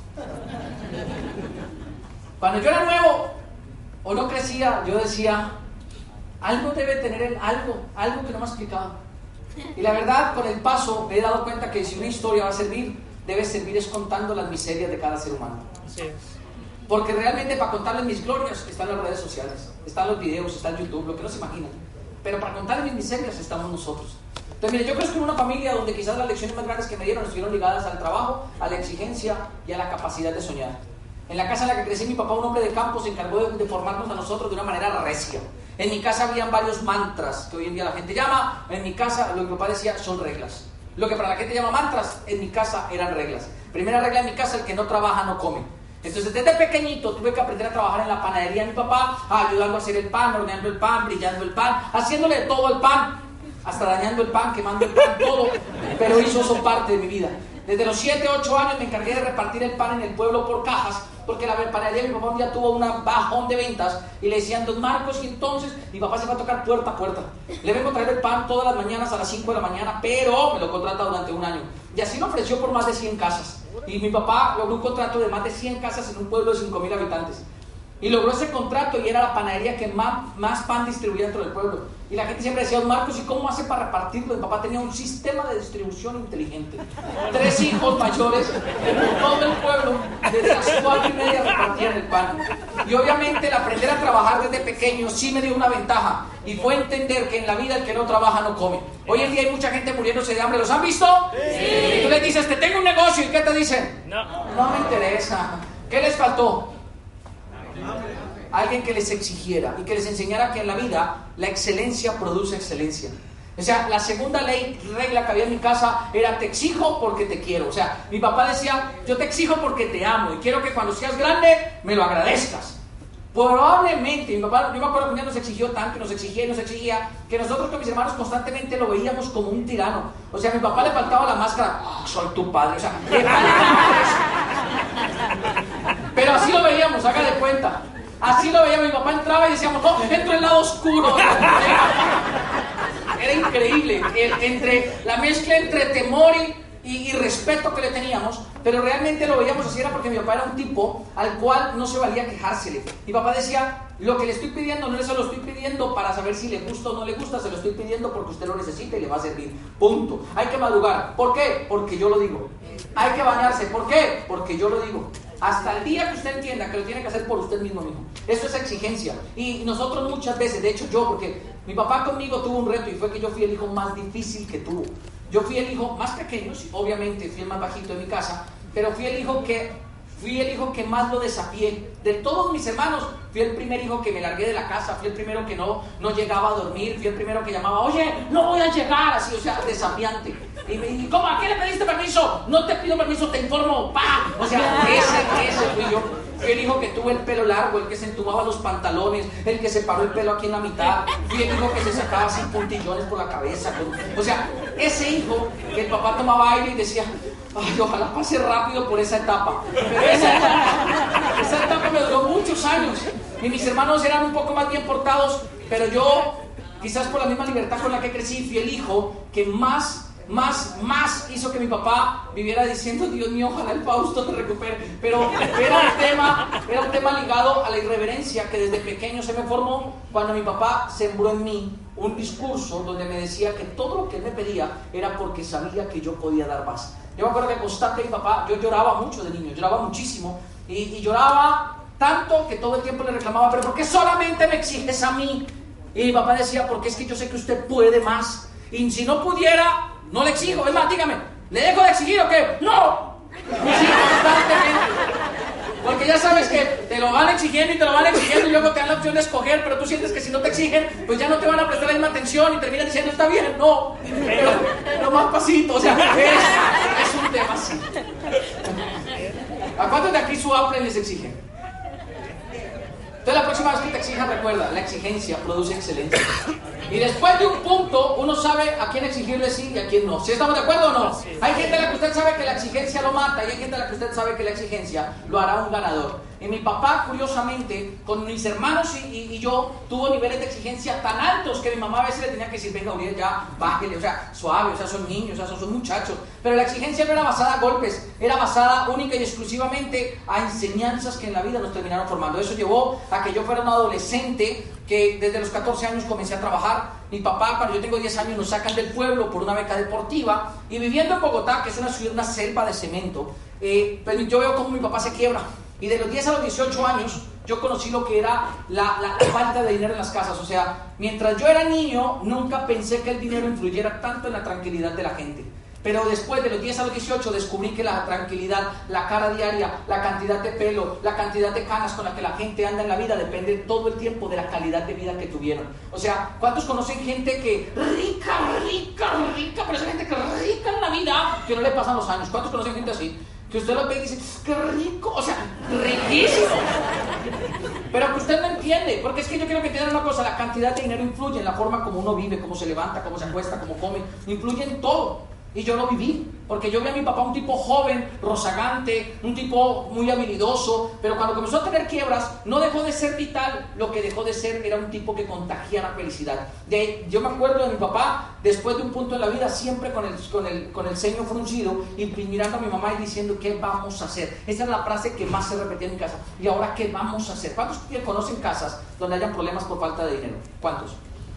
Cuando yo era nuevo o no crecía, yo decía, Algo debe tener él, algo que no me ha explicado. Y la verdad, con el paso me he dado cuenta que si una historia va a servir, debe servir es contando las miserias de cada ser humano. Así es. Porque realmente para contarles mis glorias están las redes sociales, están los videos, está el YouTube, lo que no se imaginan. Pero para contarles mis miserias estamos nosotros. Entonces, mire, yo creo que en una familia donde quizás las lecciones más grandes que me dieron estuvieron ligadas al trabajo, a la exigencia y a la capacidad de soñar. En la casa en la que crecí, mi papá, un hombre de campo, se encargó de formarnos a nosotros de una manera recia. En mi casa habían varios mantras que hoy en día la gente llama. En mi casa, lo que mi papá decía son reglas. Lo que para la gente llama mantras, en mi casa eran reglas. Primera regla en mi casa: el que no trabaja no come. Entonces, desde pequeñito tuve que aprender a trabajar en la panadería de mi papá, ayudando a hacer el pan, horneando el pan, brillando el pan, haciéndole todo el pan, hasta dañando el pan, quemando el pan, todo. Pero hizo eso parte de mi vida. Desde los 7, 8 años me encargué de repartir el pan en el pueblo por cajas, porque la panadería de mi papá un día tuvo un bajón de ventas y le decían: don Marcos, y entonces mi papá se va a tocar puerta a puerta. Le vengo a traer el pan todas las mañanas a las 5 de la mañana, pero me lo contrata durante un año. Y así lo ofreció por más de 100 casas. Y mi papá logró un contrato de más de 100 casas en un pueblo de 5,000 habitantes. Y logró ese contrato y era la panadería que más pan distribuía dentro del pueblo. Y la gente siempre decía: don Marcos, ¿y cómo hace para repartirlo? Mi papá tenía un sistema de distribución inteligente. 3 hijos mayores por todo el pueblo, desde las 4:30 repartían el pan. Y obviamente el aprender a trabajar desde pequeño sí me dio una ventaja, y fue entender que en la vida el que no trabaja no come. Hoy en día hay mucha gente muriéndose de hambre. ¿Los han visto? Sí. Y tú les dices: te tengo un negocio, ¿y qué te dicen? No me interesa. ¿Qué les faltó? Alguien que les exigiera y que les enseñara que en la vida la excelencia produce excelencia. O sea, la segunda regla que había en mi casa era: te exijo porque te quiero. O sea, mi papá decía: yo te exijo porque te amo y quiero que cuando seas grande me lo agradezcas. Probablemente, mi papá, yo me acuerdo que un día nos exigió tanto, nos exigía, que nosotros con mis hermanos constantemente lo veíamos como un tirano. O sea, a mi papá le faltaba la máscara: soy tu padre. O sea, le faltaba eso. Pero así lo veíamos, haga de cuenta. Así lo veía, mi papá entraba y decíamos: no, entro en el lado oscuro. Era increíble entre la mezcla entre temor y respeto que le teníamos, pero realmente lo veíamos así. Era porque mi papá era un tipo al cual no se valía quejársele. Mi papá decía: lo que le estoy pidiendo no se lo estoy pidiendo para saber si le gusta o no le gusta, se lo estoy pidiendo porque usted lo necesita y le va a servir, punto. Hay que madrugar, ¿por qué? Porque yo lo digo. Hay que bañarse, ¿por qué? Porque yo lo digo. Hasta el día que usted entienda que lo tiene que hacer por usted mismo, mijo. Eso es exigencia. Y nosotros muchas veces, de hecho yo, porque mi papá conmigo tuvo un reto y fue que yo fui el hijo más difícil que tuvo. Yo fui el hijo más pequeño, obviamente fui el más bajito de mi casa, pero fui el hijo que más lo desafié. De todos mis hermanos, fui el primer hijo que me largué de la casa, fui el primero que no llegaba a dormir, fui el primero que llamaba: oye, no voy a llegar, así, o sea, desafiante. Y me dije: ¿cómo? ¿A qué le pediste permiso? No te pido permiso, te informo, ¡pa! O sea, ese fui yo. Fui el hijo que tuvo el pelo largo, el que se entubaba los pantalones, el que se paró el pelo aquí en la mitad. Fui el hijo que se sacaba así puntillones por la cabeza. O sea, ese hijo que el papá tomaba aire y decía: ay, ojalá pase rápido por esa etapa. Pero esa etapa me duró muchos años. Y mis hermanos eran un poco más bien portados, pero yo, quizás por la misma libertad con la que crecí, fui el hijo que más hizo que mi papá viviera diciendo: Dios mío, ojalá el Fausto te recupere. Pero era un tema ligado a la irreverencia que desde pequeño se me formó, cuando mi papá sembró en mí un discurso donde me decía que todo lo que él me pedía era porque sabía que yo podía dar más. Yo me acuerdo que constante mi papá, yo lloraba mucho de niño, lloraba muchísimo, y lloraba tanto que todo el tiempo le reclamaba: pero ¿por qué solamente me exiges a mí? Y mi papá decía: porque es que yo sé que usted puede más, y si no pudiera, no le exijo. Es más, dígame, ¿le dejo de exigir o qué? ¡No! Sí, constantemente. Porque ya sabes que te lo van exigiendo y luego te dan la opción de escoger, pero tú sientes que si no te exigen, pues ya no te van a prestar la misma atención y terminan diciendo: está bien, no, pero más pasito. O sea, es un tema así. ¿A cuántos de aquí su hambre les exigen? Entonces la próxima vez que te exijan, recuerda: la exigencia produce excelencia. Y después de un punto, uno sabe a quién exigirle sí y a quién no. ¿Sí estamos de acuerdo o no? Sí. Hay gente a la que usted sabe que la exigencia lo mata, y hay gente a la que usted sabe que la exigencia lo hará un ganador. Y mi papá, curiosamente, con mis hermanos y yo, tuvo niveles de exigencia tan altos que mi mamá a veces le tenía que decir, venga, Uriel, ya, bájale, o sea, suave, o sea, son niños, o sea, son muchachos. Pero la exigencia no era basada a golpes, era basada única y exclusivamente a enseñanzas que en la vida nos terminaron formando. Eso llevó a que yo fuera un adolescente que desde los 14 años comencé a trabajar. Mi papá, cuando yo tengo 10 años, nos sacan del pueblo por una beca deportiva, y viviendo en Bogotá, que es una ciudad, una selva de cemento, pero yo veo cómo mi papá se quiebra. Y de los 10 a los 18 años, yo conocí lo que era la falta de dinero en las casas. O sea, mientras yo era niño, nunca pensé que el dinero influyera tanto en la tranquilidad de la gente. Pero después de los 10 a los 18 descubrí que la tranquilidad, la cara diaria, la cantidad de pelo, la cantidad de canas con la que la gente anda en la vida depende todo el tiempo de la calidad de vida que tuvieron. O sea, ¿cuántos conocen gente que rica, pero esa gente que rica en la vida, que no le pasan los años? ¿Cuántos conocen gente así? Que usted lo ve y dice, ¡qué rico! O sea, riquísimo. Pero que usted no entiende, porque es que yo quiero que entiendan una cosa: la cantidad de dinero influye en la forma como uno vive, cómo se levanta, cómo se acuesta, cómo come, influye en todo. Y yo lo viví, porque yo vi a mi papá un tipo joven, rozagante, un tipo muy habilidoso, pero cuando comenzó a tener quiebras, no dejó de ser vital. Lo que dejó de ser era un tipo que contagia la felicidad. Yo me acuerdo de mi papá, después de un punto en la vida, siempre con el ceño fruncido, y mirando a mi mamá y diciendo, ¿qué vamos a hacer? Esa es la frase que más se repetía en mi casa. ¿Y ahora qué vamos a hacer? ¿Cuántos conocen casas donde hayan problemas por falta de dinero? ¿Cuántos?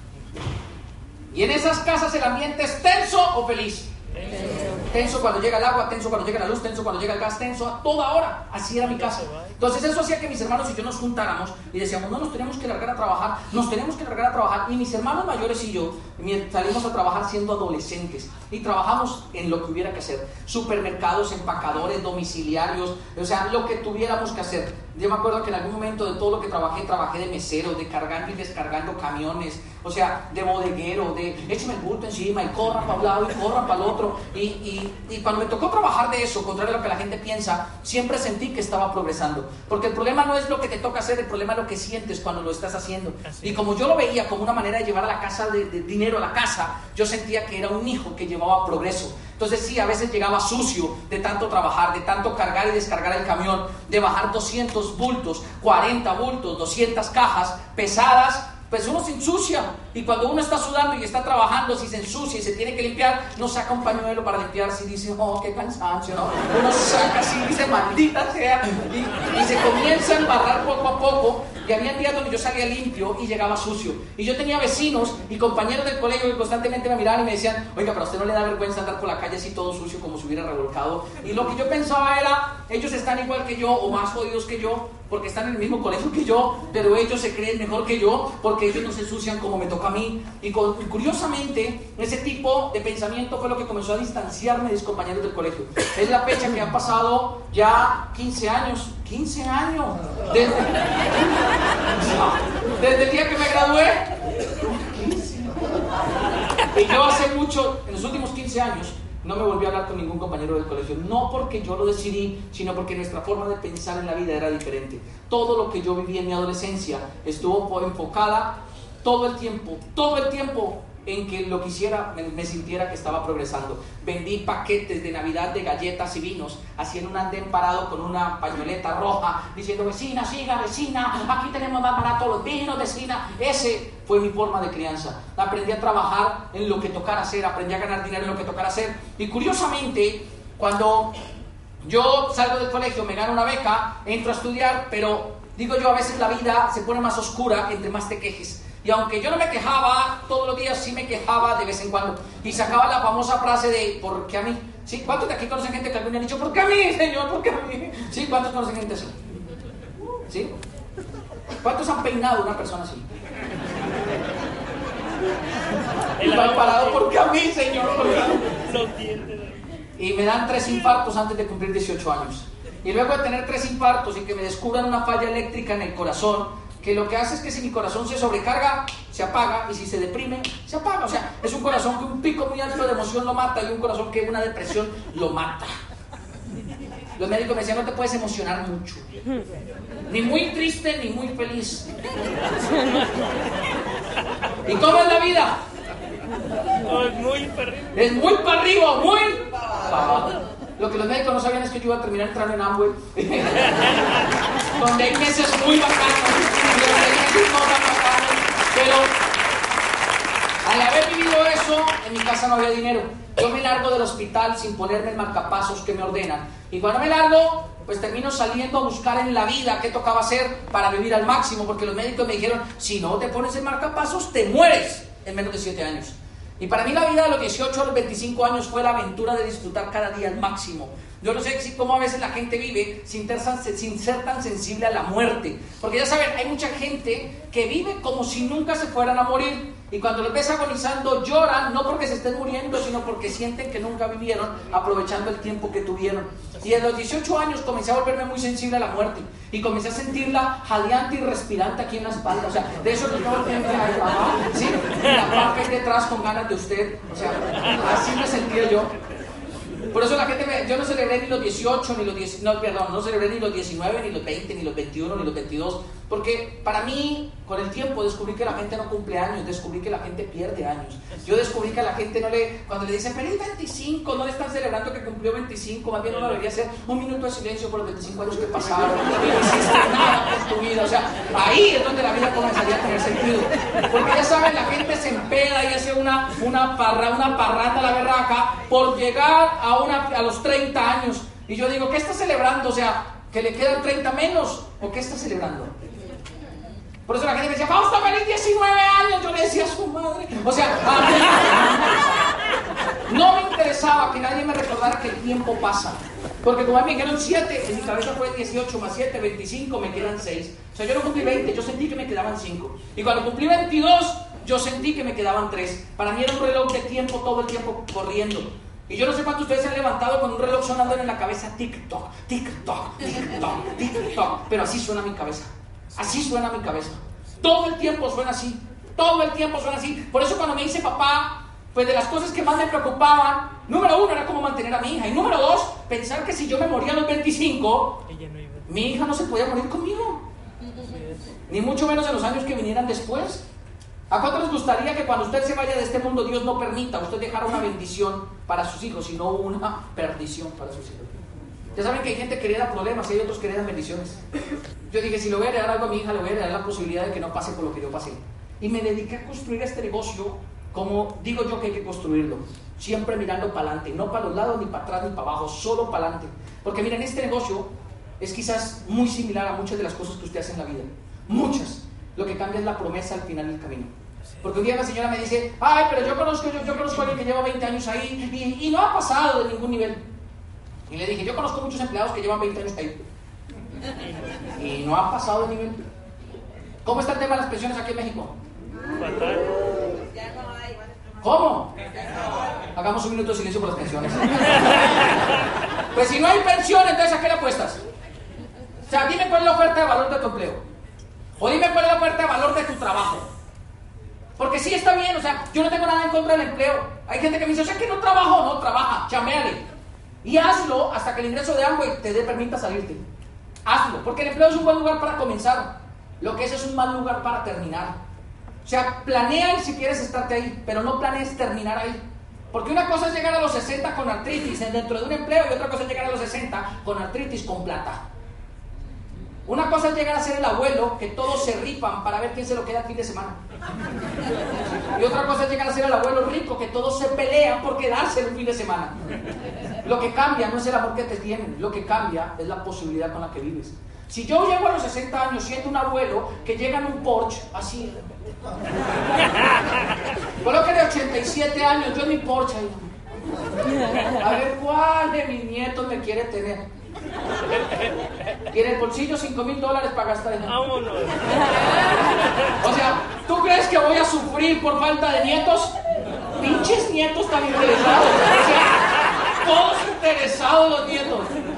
Y en esas casas el ambiente es tenso o feliz. Tenso cuando llega el agua, tenso cuando llega la luz, tenso cuando llega el gas, tenso a toda hora. Así era mi casa. Entonces eso hacía que mis hermanos y yo nos juntáramos y decíamos, no, nos tenemos que largar a trabajar, y mis hermanos mayores y yo salimos a trabajar siendo adolescentes, y trabajamos en lo que hubiera que hacer: supermercados, empacadores, domiciliarios, o sea, lo que tuviéramos que hacer. Yo me acuerdo que en algún momento de todo lo que trabajé de mesero, de cargando y descargando camiones, o sea, de bodeguero, de écheme el bulto encima y corra para un lado y corra para el otro. Y cuando me tocó trabajar de eso, contrario a lo que la gente piensa, siempre sentí que estaba progresando. Porque el problema no es lo que te toca hacer, el problema es lo que sientes cuando lo estás haciendo. Y como yo lo veía como una manera de llevar a la casa de dinero a la casa, yo sentía que era un hijo que llevaba progreso. Entonces sí, a veces llegaba sucio de tanto trabajar, de tanto cargar y descargar el camión, de bajar 200 bultos, 40 bultos, 200 cajas pesadas. Pues uno se ensucia, y cuando uno está sudando y está trabajando, si se ensucia y se tiene que limpiar, no saca un pañuelo para limpiarse y dice, oh, qué cansancio, ¿no? Uno saca así y dice, maldita sea, y se comienza a embarrar poco a poco. Y había días donde yo salía limpio y llegaba sucio. Y yo tenía vecinos y compañeros del colegio que constantemente me miraban y me decían, oiga, pero a usted no le da vergüenza andar por la calle así todo sucio como si hubiera revolcado. Y lo que yo pensaba era, ellos están igual que yo o más jodidos que yo, porque están en el mismo colegio que yo, pero ellos se creen mejor que yo porque ellos no se ensucian como me toca a mí. Y curiosamente, ese tipo de pensamiento fue lo que comenzó a distanciarme de mis compañeros del colegio. Es la fecha que han pasado ya 15 años. 15 años. Desde el día que me gradué. 15. Y yo hace mucho, en los últimos 15 años, no me volví a hablar con ningún compañero del colegio. No porque yo lo decidí, sino porque nuestra forma de pensar en la vida era diferente. Todo lo que yo viví en mi adolescencia estuvo enfocada todo el tiempo en que lo quisiera, me sintiera que estaba progresando. Vendí paquetes de Navidad de galletas y vinos, haciendo un andén parado con una pañoleta roja, diciendo, vecina, siga, vecina, aquí tenemos más barato los vinos, vecina. Ese fue mi forma de crianza. Aprendí a trabajar en lo que tocara hacer, aprendí a ganar dinero en lo que tocara hacer. Y curiosamente, cuando yo salgo del colegio, me gano una beca, entro a estudiar, pero digo yo, a veces la vida se pone más oscura entre más te quejes. Y aunque yo no me quejaba todos los días, sí me quejaba de vez en cuando. Y sacaba la famosa frase de, ¿por qué a mí? ¿Sí? ¿Cuántos de aquí conocen gente que algún día han dicho, ¿por qué a mí, señor? ¿Por qué a mí? ¿Sí? ¿Cuántos conocen gente así? ¿Sí? ¿Cuántos han peinado una persona así? Y mal parado, ¿por qué a mí, señor? Y me dan 3 infartos antes de cumplir 18 años. Y luego de tener 3 infartos y que me descubran una falla eléctrica en el corazón, que lo que hace es que si mi corazón se sobrecarga, se apaga, y si se deprime, se apaga. O sea, es un corazón que un pico muy alto de emoción lo mata, y un corazón que una depresión lo mata. Los médicos me decían, no te puedes emocionar mucho, ni muy triste ni muy feliz. ¿Y cómo es la vida? Es muy para arriba, muy para abajo. Lo que los médicos no sabían es que yo iba a terminar entrando en Amway. donde hay meses muy bacanos, donde hay meses no tan bacanos, pero al haber vivido eso, en mi casa no había dinero. Yo me largo del hospital sin ponerme el marcapasos que me ordenan. Y cuando me largo, pues termino saliendo a buscar en la vida qué tocaba hacer para vivir al máximo, porque los médicos me dijeron, si no te pones el marcapasos, te mueres en menos de 7 años. Y para mí la vida de los 18 a los 25 años fue la aventura de disfrutar cada día al máximo. Yo no sé cómo a veces la gente vive sin ser tan sensible a la muerte. Porque ya saben, hay mucha gente que vive como si nunca se fueran a morir. Y cuando los ves agonizando lloran, no porque se estén muriendo, sino porque sienten que nunca vivieron, aprovechando el tiempo que tuvieron. Y a los 18 años comencé a volverme muy sensible a la muerte. Y comencé a sentirla jadeante y respirante aquí en la espalda. O sea, de eso que todo tiene que hay, ¿sí? La vaca ahí detrás con ganas de usted. O sea, así me sentía yo. Por eso la gente yo no celebré ni los 18, ni los 10, no celebré ni los 19, ni los 20, ni los 21, ni los 22, porque para mí, con el tiempo, descubrí que la gente no cumple años, descubrí que la gente pierde años. Yo descubrí que a la gente cuando le dicen feliz 25, no le están celebrando que cumplió 25, más bien uno debería hacer un minuto de silencio por los 25 años que pasaron, y no hiciste nada por tu vida. O sea, ahí es donde la vida comenzaría a tener sentido, porque ya saben, la gente se empeda y hace una parranda a la berraca por llegar a los 30 años. Y yo digo, ¿qué está celebrando? O sea, ¿que le quedan 30 menos? ¿O qué está celebrando? Por eso la gente me decía, Fausto, feliz 19 años. Yo le decía a su madre. O sea, a mí no me interesaba que nadie me recordara que el tiempo pasa. Porque como a mí me dijeron 7, en mi cabeza fue 18 más 7, 25, me quedan 6. O sea, yo no cumplí 20, yo sentí que me quedaban 5. Y cuando cumplí 22, yo sentí que me quedaban 3. Para mí era un reloj de tiempo, todo el tiempo corriendo. Y yo no sé cuántos de ustedes se han levantado con un reloj sonando en la cabeza, tic-toc, tic-toc, tic-toc, tic-toc. Pero así suena mi cabeza. Así suena mi cabeza. Todo el tiempo suena así. Todo el tiempo suena así. Por eso cuando me dice papá, pues de las cosas que más me preocupaban, número 1 era cómo mantener a mi hija. Y número 2, pensar que si yo me moría a los 25, mi hija no se podía morir conmigo. Ni mucho menos en los años que vinieran después. ¿A cuánto les gustaría que cuando usted se vaya de este mundo, Dios no permita usted dejara una bendición para sus hijos, sino una perdición para sus hijos? Ya saben que hay gente que hereda problemas y hay otros que heredan bendiciones. Yo dije, si le voy a heredar algo a mi hija, le voy a heredar la posibilidad de que no pase por lo que yo pasé. Y me dediqué a construir este negocio como digo yo que hay que construirlo. Siempre mirando para adelante, no para los lados, ni para atrás, ni para abajo, solo para adelante. Porque miren, este negocio es quizás muy similar a muchas de las cosas que usted hace en la vida. Muchas. Lo que cambia es la promesa al final del camino. Porque un día la señora me dice, ay, pero yo conozco a alguien que lleva 20 años ahí y no ha pasado de ningún nivel. Y le dije, yo conozco muchos empleados que llevan 20 años ahí y no han pasado de nivel. ¿Cómo está el tema de las pensiones aquí en México? ¿Cómo? Hagamos un minuto de silencio por las pensiones. Pues si no hay pensión, entonces ¿a qué le apuestas? O sea, dime cuál es la oferta de valor de tu empleo. O dime cuál es la oferta de valor de tu trabajo. Porque sí está bien, o sea, yo no tengo nada en contra del empleo. Hay gente que me dice, o sea, que no trabajo, no, trabaja, chaméale. Y hazlo hasta que el ingreso de Amway te permita salirte. Hazlo, porque el empleo es un buen lugar para comenzar. Lo que es un mal lugar para terminar. O sea, planea si quieres estarte ahí, pero no planees terminar ahí. Porque una cosa es llegar a los 60 con artritis dentro de un empleo y otra cosa es llegar a los 60 con artritis con plata. Una cosa es llegar a ser el abuelo que todos se rifan para ver quién se lo queda el fin de semana. Y otra cosa es llegar a ser el abuelo rico que todos se pelean por quedarse el fin de semana. Lo que cambia no es el amor que te tienen, lo que cambia es la posibilidad con la que vives. Si yo llego a los 60 años siendo un abuelo que llega en un Porsche así, coloque de 87 años, yo en mi Porsche ahí. A ver cuál de mis nietos me quiere tener. Y en el bolsillo $5,000 para gastar en. Vámonos. O sea, ¿tú crees que voy a sufrir por falta de nietos? Pinches nietos tan interesados. O sea, todos interesados los nietos.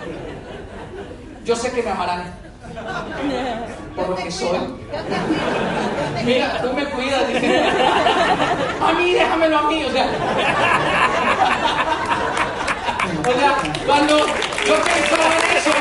Yo sé que me amarán por lo que soy. Mira, tú me cuidas, dice. A mí, déjamelo a mí, o sea, cuando yo pensaba en eso,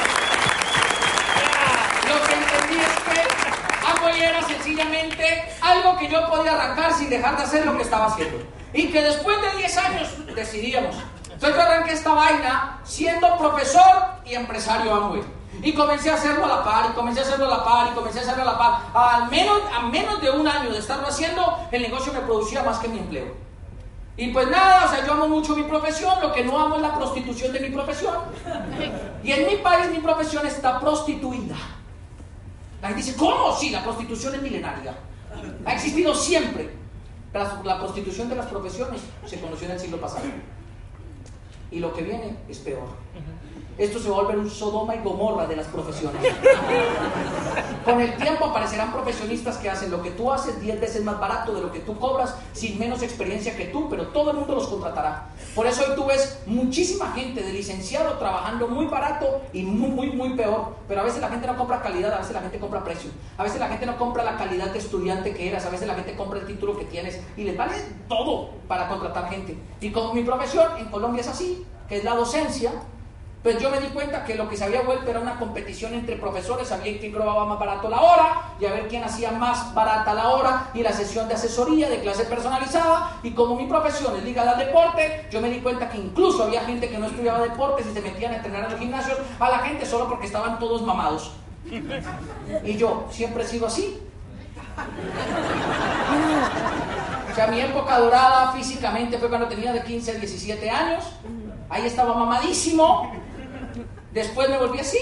lo que entendí es que Amway era sencillamente algo que yo podía arrancar sin dejar de hacer lo que estaba haciendo. Y que después de 10 años decidíamos. Entonces yo arranqué esta vaina siendo profesor y empresario Amway. Y comencé a hacerlo a la par, y comencé a hacerlo a la par, y comencé a hacerlo a la par. A menos de un año de estarlo haciendo, el negocio me producía más que mi empleo. Y pues nada, o sea, yo amo mucho mi profesión, lo que no amo es la prostitución de mi profesión. Y en mi país mi profesión está prostituida. La gente dice, ¿cómo? Sí, la prostitución es milenaria. Ha existido siempre. La prostitución de las profesiones se conoció en el siglo pasado. Y lo que viene es peor. Esto se va a volver un Sodoma y Gomorra de las profesiones. Con el tiempo aparecerán profesionistas que hacen lo que tú haces 10 veces más barato de lo que tú cobras, sin menos experiencia que tú, pero todo el mundo los contratará. Por eso hoy tú ves muchísima gente de licenciado trabajando muy barato y muy peor. Pero a veces la gente no compra calidad, a veces la gente compra precio. A veces la gente no compra la calidad de estudiante que eras, a veces la gente compra el título que tienes y les vale todo para contratar gente. Y como mi profesión en Colombia es así, que es la docencia, pues yo me di cuenta que lo que se había vuelto era una competición entre profesores, a ver quién cobraba más barato la hora y a ver quién hacía más barata la hora y la sesión de asesoría, de clase personalizada. Y como mi profesión es ligada al deporte, yo me di cuenta que incluso había gente que no estudiaba deportes y se metían a entrenar en los gimnasios a la gente solo porque estaban todos mamados. Y yo siempre he sido así. O sea, mi época dorada físicamente fue cuando tenía de 15 a 17 años. Ahí estaba mamadísimo. Después me volví así.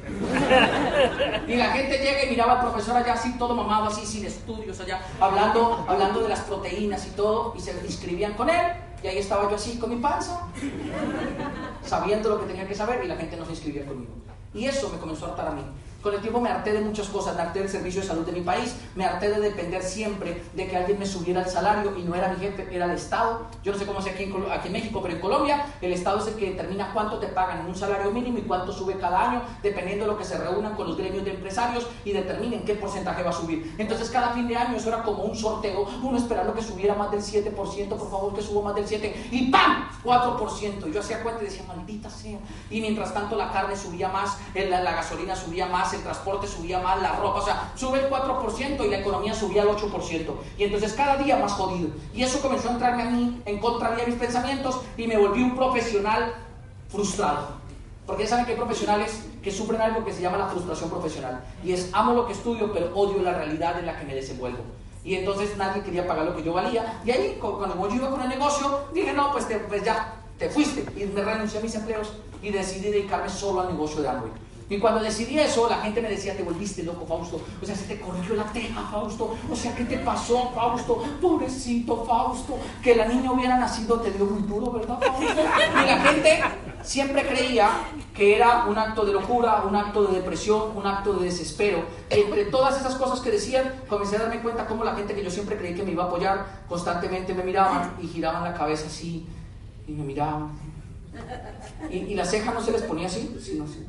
Y la gente llega y miraba al profesor allá así, todo mamado, así, sin estudios allá, hablando de las proteínas y todo, y se inscribían con él. Y ahí estaba yo así con mi panza, sabiendo lo que tenía que saber, y la gente no se inscribía conmigo. Y eso me comenzó a hartar a mí. Con el tiempo me harté de muchas cosas, me harté del servicio de salud de mi país, me harté de depender siempre de que alguien me subiera el salario y no era mi jefe, era el Estado. Yo no sé cómo es aquí en México, pero en Colombia el Estado es el que determina cuánto te pagan en un salario mínimo y cuánto sube cada año, dependiendo de lo que se reúnan con los gremios de empresarios y determinen qué porcentaje va a subir. Entonces cada fin de año eso era como un sorteo, uno esperando que subiera más del 7%, por favor que suba más del 7%, y ¡pam! 4%. Y yo hacía cuenta y decía, maldita sea. Y mientras tanto la carne subía más, la gasolina subía más, el transporte subía más, la ropa, o sea, sube el 4% y la economía subía el 8%. Y entonces cada día más jodido. Y eso comenzó a entrarme a mí, en contra de mis pensamientos, y me volví un profesional frustrado. Porque ya saben que hay profesionales que sufren algo que se llama la frustración profesional. Y es, amo lo que estudio, pero odio la realidad en la que me desenvuelvo. Y entonces nadie quería pagar lo que yo valía. Y ahí, cuando yo iba con el negocio, dije, no, pues ya, te fuiste. Y me renuncié a mis empleos y decidí dedicarme solo al negocio de Amway. Y cuando decidí eso, la gente me decía, te volviste loco, Fausto. O sea, se te corrió la teja, Fausto. O sea, ¿qué te pasó, Fausto? Pobrecito, Fausto. Que la niña hubiera nacido te dio muy duro, ¿verdad, Fausto? Y la gente siempre creía que era un acto de locura, un acto de depresión, un acto de desespero. Y entre todas esas cosas que decían, comencé a darme cuenta cómo la gente que yo siempre creí que me iba a apoyar, constantemente me miraban y giraban la cabeza así. Y me miraban. Y la ceja no se les ponía así, sino así.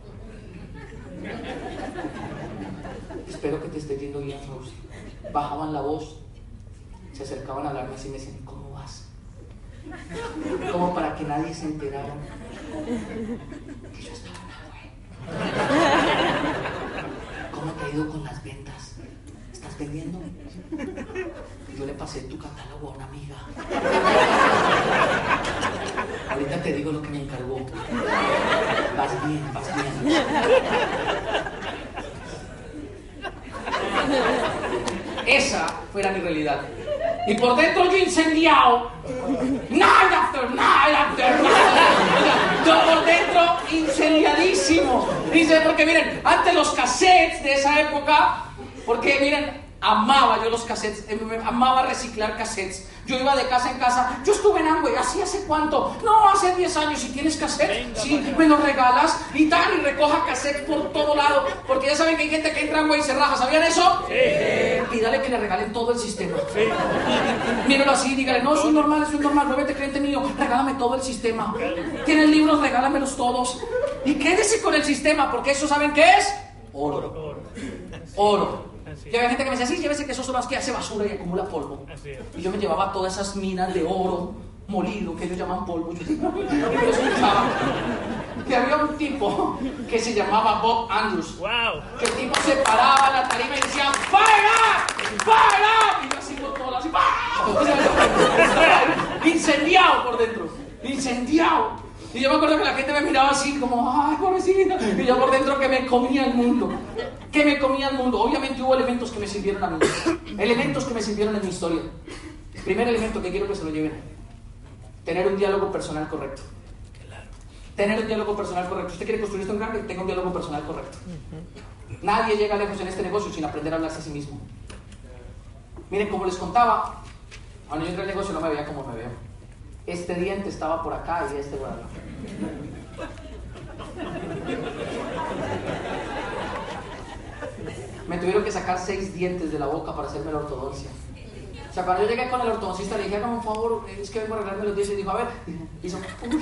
Espero que te esté yendo bien, Fausto. Bajaban la voz, se acercaban a hablarme así y me decían, ¿cómo vas? Como para que nadie se enterara que yo estaba en Amway. ¿Cómo te ha ido con las ventas? ¿Estás vendiendo? Yo le pasé tu catálogo a una amiga. Ahorita te digo lo que me encargó. Vas bien, vas bien. Esa fuera mi realidad. Y por dentro yo incendiado. Night after night after night. Yo por dentro incendiadísimo. Dice, porque miren, antes los cassettes de esa época, porque miren, amaba yo los cassettes, amaba reciclar cassettes. Yo iba de casa en casa, yo estuve en Amway, ¿así hace cuánto? No, hace 10 años, si tienes cassette, sí, me los regalas, y tal, y recoja cassettes por todo lado, porque ya saben que hay gente que entra a Amway y se raja, ¿sabían eso? Sí. Pídale que le regalen todo el sistema. Sí. Míralo así, dígale, no, soy normal, muévete, cliente mío, regálame todo el sistema. ¿Tienes libros? Regálamelos todos. Y quédese con el sistema, porque eso, ¿saben qué es? Oro. Oro. Y había gente que me decía, sí, llévese que eso solo es que hace basura y acumula polvo. Y yo me llevaba todas esas minas de oro molido, que ellos llaman polvo. Y yo escuchaba que había un tipo que se llamaba Bob Andrews. Que el tipo se paraba en la tarima y decía, ¡fire up! ¡Fire up! Y yo así con todo, así, ¡fire! Incendiado por dentro. Incendiado. Y yo me acuerdo que la gente me miraba así como, ay, pobrecita. Y yo por dentro que me comía el mundo. Que me comía el mundo. Obviamente hubo elementos que me sirvieron a mí. Elementos que me sirvieron en mi historia. Primer elemento que quiero que se lo lleven. Tener un diálogo personal correcto. Tener un diálogo personal correcto. ¿Usted quiere construir esto en grande? Tenga un diálogo personal correcto. Nadie llega lejos en este negocio sin aprender a hablarse a sí mismo. Miren, como les contaba, cuando yo entré al negocio no me veía como me veo. Este diente estaba por acá y este por acá. Me tuvieron que sacar 6 dientes de la boca para hacerme la ortodoncia. O sea, cuando yo llegué con el ortodoncista le dije, hágame un favor, es que vengo a arreglarme los dientes. Y dijo, a ver, hizo, uy.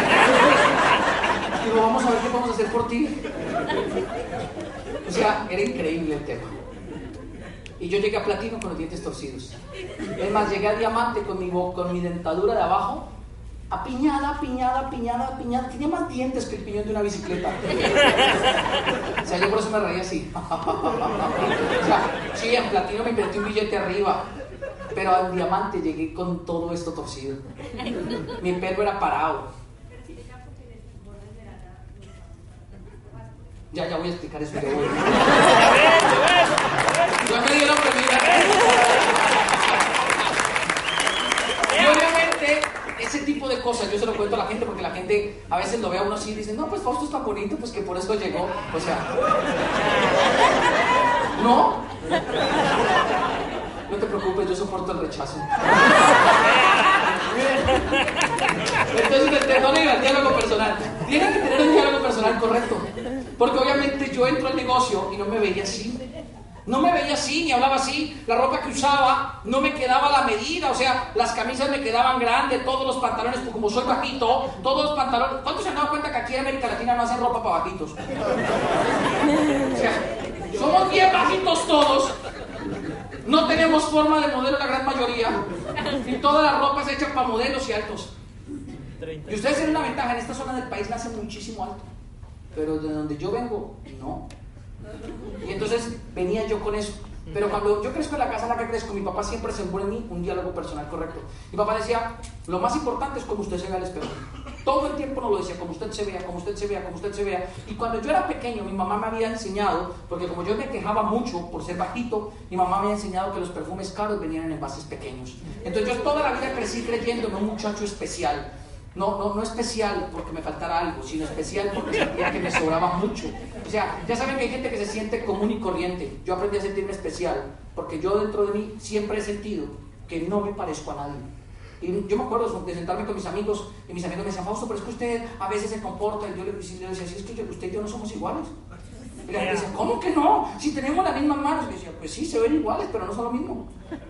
Digo, vamos a ver qué podemos hacer por ti. O sea, era increíble el tema. Y yo llegué a platino con los dientes torcidos. Es más, llegué a diamante con mi dentadura de abajo, apiñada. Tenía más dientes que el piñón de una bicicleta. O sea, yo por eso me reía así. O sea, sí, en platino me invertí un billete arriba. Pero al diamante llegué con todo esto torcido. Mi pelo era parado. Ya voy a explicar eso. Ya me dieron permiso. Y obviamente, ese tipo de cosas yo se lo cuento a la gente porque la gente a veces lo ve a uno así y dice, no, pues Fausto está bonito, pues que por eso llegó. O sea, no. No te preocupes, yo soporto el rechazo. Entonces, no diga el diálogo personal. Tienen que tener un diálogo personal correcto. Porque obviamente yo entro al negocio y no me veía así. No me veía así, ni hablaba así. La ropa que usaba no me quedaba a la medida. O sea, las camisas me quedaban grandes, todos los pantalones, pues como soy bajito, todos los pantalones. ¿Cuántos se han dado cuenta que aquí en América Latina no hacen ropa para bajitos? O sea, somos bien bajitos todos. No tenemos forma de modelo la gran mayoría. Y toda la ropa es hecha para modelos y altos. Y ustedes tienen una ventaja, en esta zona del país nace muchísimo alto. Pero de donde yo vengo, no. Y entonces venía yo con eso. Pero cuando yo crezco en la casa en la que crezco, mi papá siempre sembró en mí un diálogo personal correcto. Mi papá decía, lo más importante es cómo usted se ve al espejo. Todo el tiempo nos lo decía, como usted se vea, como usted se vea, como usted se vea. Y cuando yo era pequeño, mi mamá me había enseñado, porque como yo me quejaba mucho por ser bajito, mi mamá me había enseñado que los perfumes caros venían en envases pequeños. Entonces yo toda la vida crecí creyéndome un muchacho especial. No especial porque me faltara algo, sino especial porque sentía que me sobraba mucho. O sea, ya saben que hay gente que se siente común y corriente. Yo aprendí a sentirme especial porque yo dentro de mí siempre he sentido que no me parezco a nadie. Y yo me acuerdo de sentarme con mis amigos y mis amigos me decían, Fausto, pero es que usted a veces se comporta. Y yo le decía, sí, es que usted y yo no somos iguales. Y la gente decía, ¿cómo que no? Si tenemos las mismas manos. Y yo decía, pues sí, se ven iguales, pero no son lo mismo.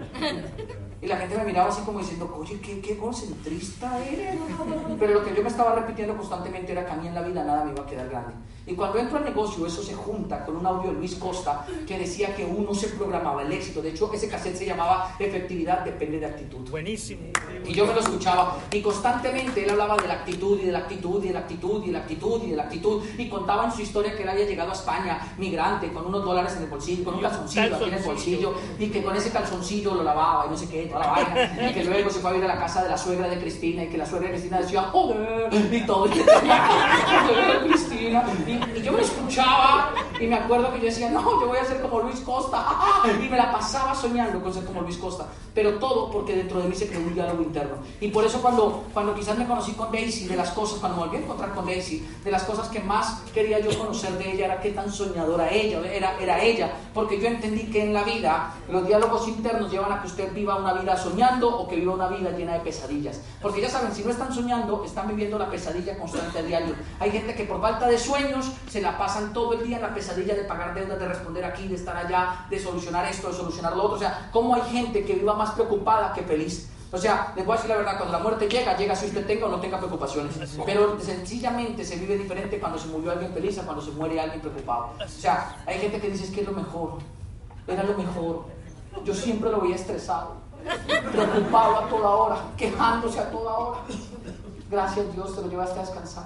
Y la gente me miraba así como diciendo, oye, qué egocentrista eres. Pero lo que yo me estaba repitiendo constantemente era que a mí en la vida nada me iba a quedar grande. Y cuando entro al negocio, eso se junta con un audio de Luis Costa que decía que uno se programaba el éxito. De hecho, ese cassette se llamaba Efectividad depende de actitud. Buenísimo. Y yo me lo escuchaba. Y constantemente él hablaba de la actitud y de la actitud y de la actitud y de la actitud y de la actitud. Y contaba en su historia que él había llegado a España, migrante, con unos $, en el bolsillo, con un calzoncillo aquí en el bolsillo. Y que con ese calzoncillo lo lavaba y no sé qué, toda la vaina. Y que luego se fue a ir a la casa de la suegra de Cristina. Y que la suegra de Cristina decía, joder, y todo. Y joder, Cristina. Y yo me escuchaba y me acuerdo que yo decía, no, yo voy a ser como Luis Costa. Y me la pasaba soñando con ser como Luis Costa. Pero todo porque dentro de mí se creó un diálogo interno. Y por eso cuando quizás me conocí con Daisy, de las cosas, cuando me volví a encontrar con Daisy, de las cosas que más quería yo conocer de ella era qué tan soñadora ella era ella. Porque yo entendí que en la vida los diálogos internos llevan a que usted viva una vida soñando o que viva una vida llena de pesadillas. Porque ya saben, si no están soñando, están viviendo la pesadilla constante a diario. Hay gente que por falta de sueños se la pasan todo el día en la pesadilla de pagar deudas, de responder aquí, de estar allá, de solucionar esto, de solucionar lo otro. O sea, ¿cómo hay gente que viva más preocupada que feliz? O sea, les voy a decir la verdad, cuando la muerte llega si usted tenga o no tenga preocupaciones. Pero sencillamente se vive diferente cuando se murió alguien feliz a cuando se muere alguien preocupado. O sea, hay gente que dice, es que es lo mejor, era lo mejor. Yo siempre lo veía estresado, preocupado a toda hora, quejándose a toda hora. Gracias Dios, te lo llevaste a descansar.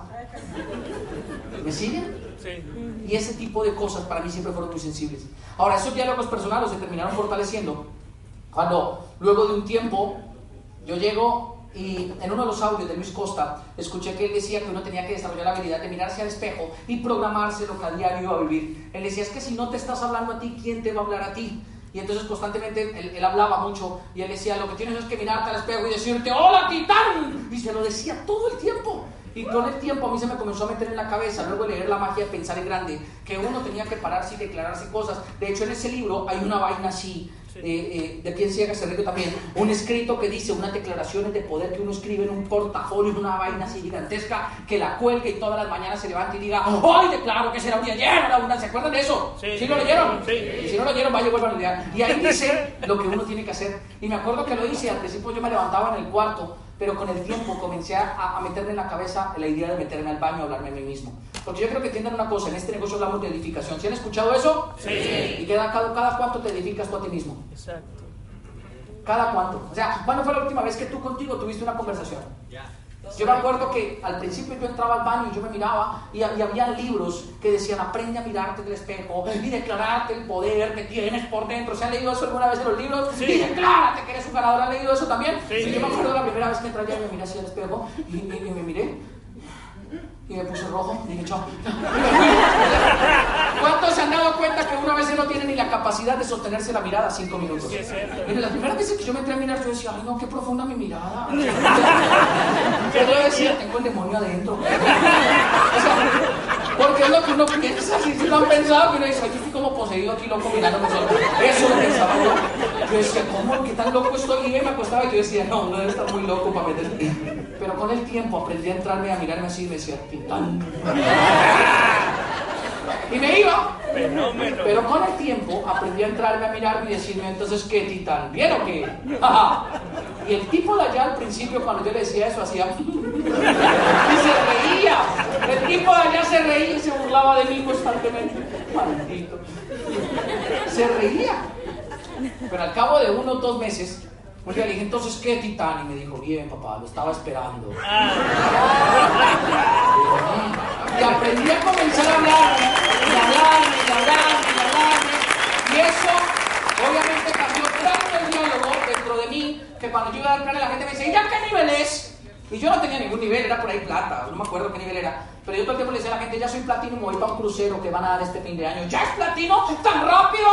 ¿Me siguen? Sí. Y ese tipo de cosas para mí siempre fueron muy sensibles. Ahora, esos diálogos personales se terminaron fortaleciendo cuando luego de un tiempo yo llego Y en uno de los audios de Luis Costa, escuché que él decía que uno tenía que desarrollar la habilidad de mirarse al espejo y programarse lo que a diario iba a vivir. Él decía, es que si no te estás hablando a ti, ¿quién te va a hablar a ti? Y entonces constantemente él hablaba mucho y él decía, lo que tienes es que mirarte al espejo y decirte, ¡hola, titán! Y se lo decía todo el tiempo. Y con el tiempo a mí se me comenzó a meter en la cabeza, luego de leer La magia de pensar en grande, que uno tenía que pararse y declararse cosas. De hecho, en ese libro hay una vaina así, de Quien ciega se ríe también, un escrito que dice unas declaraciones de poder que uno escribe en un portafolio, una vaina así gigantesca, que la cuelgue y todas las mañanas se levante y diga, hoy declaro que será un día lleno de abundancia. ¿Se acuerdan de eso? ¿Sí lo leyeron? Sí. Y si no lo leyeron, vaya y vuelvan a leer. Y ahí dice lo que uno tiene que hacer. Y me acuerdo que lo hice, al principio yo me levantaba en el cuarto, pero con el tiempo comencé a meterme en la cabeza la idea de meterme al baño a hablarme a mí mismo. Porque yo creo que entiendan una cosa, en este negocio hablamos de edificación. ¿Sí han escuchado eso? Sí. ¿Y cada cuánto te edificas tú a ti mismo? Exacto. ¿Cada cuánto? O sea, ¿cuándo fue la última vez que tú contigo tuviste una conversación? Yo me acuerdo que al principio yo entraba al baño y yo me miraba y había libros que decían aprende a mirarte del espejo y declararte el poder que tienes por dentro. ¿Se han leído eso alguna vez en los libros? Sí. Y declárate que eres un ganador. ¿Han leído eso también? Sí. Y yo me acuerdo la primera vez que entré allá y me miré hacia el espejo y me miré y me puse rojo y dije chao. ¿Cuántos se han dado cuenta que una vez no tiene ni la capacidad de sostenerse la mirada 5 minutos? Sí, y las primeras veces que yo me entré a mirar yo decía, ay no, qué profunda mi mirada. Pero yo decía, tengo el demonio adentro. O sea, porque es lo que uno piensa, si lo han pensado, que uno dice, ay, yo estoy como poseído aquí loco mirándome solo. Eso lo pensaba yo. Yo decía, ¿cómo? ¿Qué tan loco estoy? Y me acostaba y yo decía, no, uno debe estar muy loco para meterse. Pero con el tiempo aprendí a entrarme, a mirarme así y me decía, titán. Y me iba. Fenómeno. Pero con el tiempo aprendí a entrarme, a mirarme y decirme, entonces, ¿qué, titán? ¿Bien o qué? Y el tipo de allá al principio, cuando yo le decía eso, hacía... y se reía. El tipo de allá se reía y se burlaba de mí constantemente. Maldito. Se reía. Pero al cabo de 1 o 2 meses, un día le dije, entonces, ¿qué, titán? Y me dijo, bien, papá, lo estaba esperando. Y aprendí a comenzar a hablar, y eso, obviamente, cambió tanto el diálogo dentro de mí, que cuando yo iba a dar plan, la gente me decía, ¿y ya qué nivel es? Y yo no tenía ningún nivel, era por ahí plata, no me acuerdo qué nivel era. Pero yo todo el tiempo le decía a la gente, ya soy platino y me voy para un crucero que van a dar este fin de año. ¿Ya es platino? ¿Tan rápido?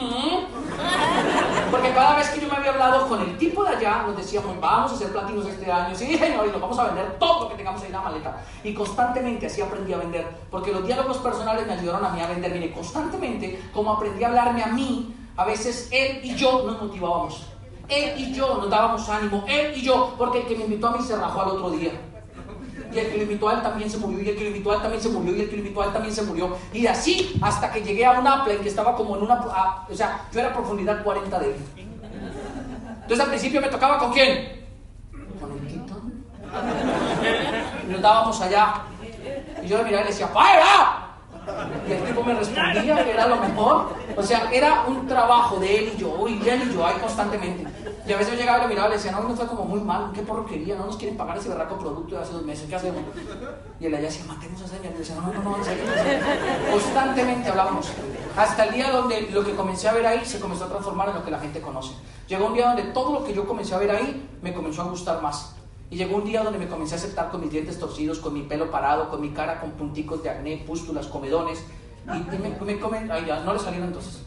Porque cada vez que yo me había hablado con el tipo de allá, nos decíamos, vamos a ser platinos este año. Sí, señor, y nos vamos a vender todo lo que tengamos ahí en la maleta. Y constantemente así aprendí a vender. Porque los diálogos personales me ayudaron a mí a vender. Mire, constantemente, como aprendí a hablarme a mí, a veces él y yo nos motivábamos. Él y yo nos dábamos ánimo, él y yo, porque el que me invitó a mí se rajó al otro día. Y el que lo invitó a él también se murió, y el que lo invitó a él también se murió, y el que lo invitó a él también se murió. Y así hasta que llegué a un Apple que estaba como en una... o sea, yo era a profundidad 40 de él. Entonces al principio me tocaba ¿con quién? Con el titán. Y nos dábamos allá. Y yo le miraba y le decía, ¡Fuera! Y el tipo me respondía que era lo mejor. O sea, era un trabajo de él y yo ahí constantemente. Y a veces yo llegaba y lo miraba y le decía, no, fue como muy mal, qué porquería, no nos quieren pagar ese berraco producto de hace 2 meses, ¿qué hacemos? Y él allá decía, matemos a esa señora. Y le decía, no, en serio. Constantemente hablábamos. Hasta el día donde lo que comencé a ver ahí se comenzó a transformar en lo que la gente conoce. Llegó un día donde todo lo que yo comencé a ver ahí me comenzó a gustar más. Y llegó un día donde me comencé a aceptar con mis dientes torcidos, con mi pelo parado, con mi cara con punticos de acné, pústulas, comedones. Y me comen... Ay, ya, no le salieron entonces.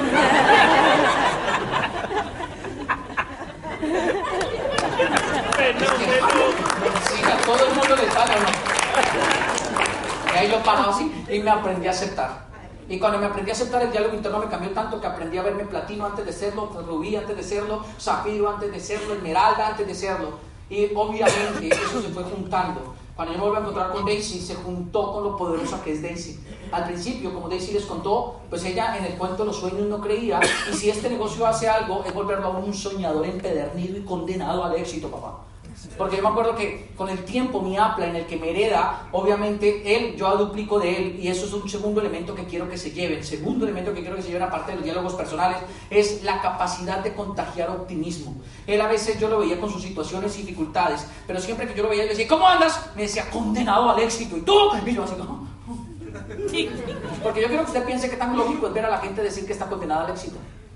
Sí, a todo el mundo le sale, ¿no? Y ahí lo paraba así y me aprendí a aceptar. Y cuando me aprendí a aceptar, el diálogo interno me cambió tanto que aprendí a verme platino antes de serlo, rubí antes de serlo, zafiro antes de serlo, esmeralda antes de serlo. Y obviamente eso se fue juntando. Cuando yo me volví a encontrar con Daisy, se juntó con lo poderosa que es Daisy. Al principio, como Daisy les contó, pues ella en el cuento de los sueños no creía, y si este negocio hace algo, es volverlo a un soñador empedernido y condenado al éxito, papá. Porque yo me acuerdo que con el tiempo mi Apla en el que me hereda, obviamente yo duplico de él, y eso es un segundo elemento que quiero que se lleven. El segundo elemento que quiero que se lleven, aparte de los diálogos personales, es la capacidad de contagiar optimismo. Él a veces yo lo veía con sus situaciones y dificultades, pero siempre que yo lo veía, yo decía, ¿cómo andas? Me decía, condenado al éxito. ¿Y tú? Y yo así como... Porque yo quiero que usted piense que tan lógico es ver a la gente decir que está condenada al éxito.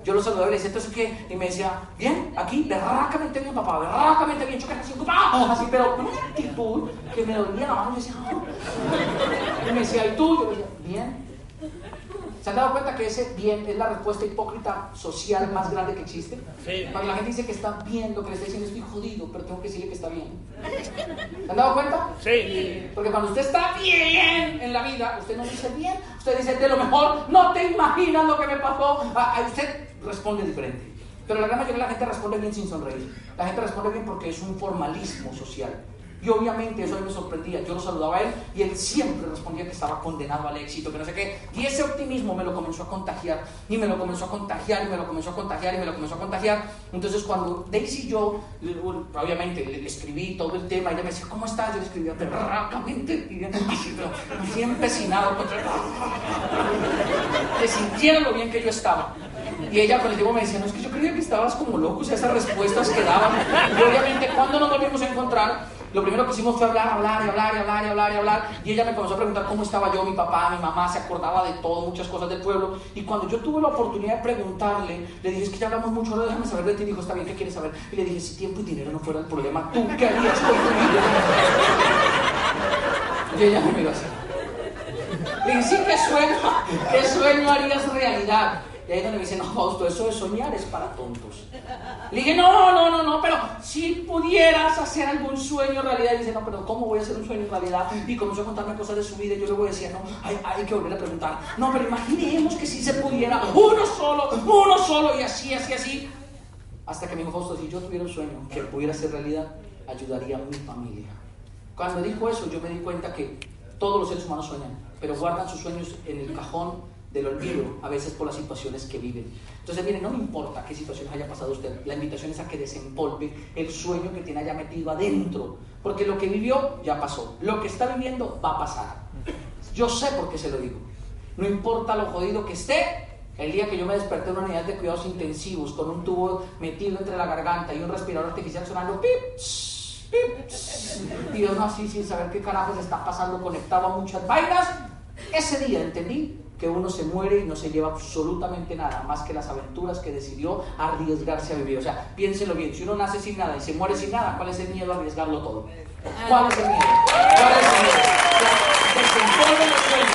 Yo lo saludaba y le decía, ¿entonces qué? Y me decía, bien, aquí, berracamente bien, papá, berracamente bien, chocan así, papá, así, pero con una actitud que me dolía la mano. Y decía, y me decía, ¿y tú? Yo le decía, bien. ¿Se han dado cuenta que ese bien es la respuesta hipócrita social más grande que existe? Sí. Cuando la gente dice que está bien, lo que le está diciendo es estoy jodido, pero tengo que decirle que está bien. ¿Se han dado cuenta? Sí. Porque cuando usted está bien en la vida, usted no dice bien, usted dice de lo mejor, no te imaginas lo que me pasó. A usted responde diferente. Pero la gran mayoría de la gente responde bien sin sonreír. La gente responde bien porque es un formalismo social. Y obviamente eso a mí me sorprendía. Yo lo saludaba a él y él siempre respondía que estaba condenado al éxito, que no sé qué. Y ese optimismo me lo comenzó a contagiar. Y me lo comenzó a contagiar, y me lo comenzó a contagiar, y me lo comenzó a contagiar. Entonces cuando Daisy y yo, obviamente le escribí todo el tema, ella me decía, ¿cómo estás? Yo le escribía berracamente, así empecinado contra él. Que sintiera lo bien que yo estaba. Y ella con el tiempo me decía, no, es que yo creía que estabas como loco, o sea, esas respuestas que daban. Y obviamente cuando nos volvimos a encontrar, lo primero que hicimos fue hablar. Y ella me comenzó a preguntar cómo estaba yo, mi papá, mi mamá, se acordaba de todo, muchas cosas del pueblo. Y cuando yo tuve la oportunidad de preguntarle, le dije, es que ya hablamos mucho, ahora déjame saber de ti. Y dijo, está bien, ¿qué quieres saber? Y le dije, si tiempo y dinero no fuera el problema, ¿tú qué harías con tu vida? Y ella me miró así. Le dije, sí, ¿qué sueño harías realidad? Y ahí es donde me dice, no, Fausto, eso de soñar es para tontos. Le dije, no, pero si pudieras hacer algún sueño realidad. Y dice, no, pero ¿cómo voy a hacer un sueño en realidad? Y comenzó a contarme cosas de su vida y yo le voy a decir, no, hay que volver a preguntar. No, pero imaginemos que si se pudiera, uno solo, y así. Hasta que me dijo, Fausto, si yo tuviera un sueño que pudiera ser realidad, ayudaría a mi familia. Cuando dijo eso, yo me di cuenta que todos los seres humanos sueñan, pero guardan sus sueños en el cajón del olvido, a veces por las situaciones que viven. Entonces, miren, no me importa qué situaciones haya pasado usted, la invitación es a que desempolve el sueño que tiene allá metido adentro, porque lo que vivió ya pasó, lo que está viviendo va a pasar. Yo sé por qué se lo digo. No importa lo jodido que esté, el día que yo me desperté en una unidad de cuidados intensivos con un tubo metido entre la garganta y un respirador artificial sonando pip, pip, y yo no así sin saber qué carajos está pasando, conectado a muchas vainas, ese día entendí que uno se muere y no se lleva absolutamente nada más que las aventuras que decidió arriesgarse a vivir. O sea, piénselo bien, si uno nace sin nada y se muere sin nada, ¿cuál es el miedo a arriesgarlo todo? ¿Cuál es el miedo? Desempolven los sueños,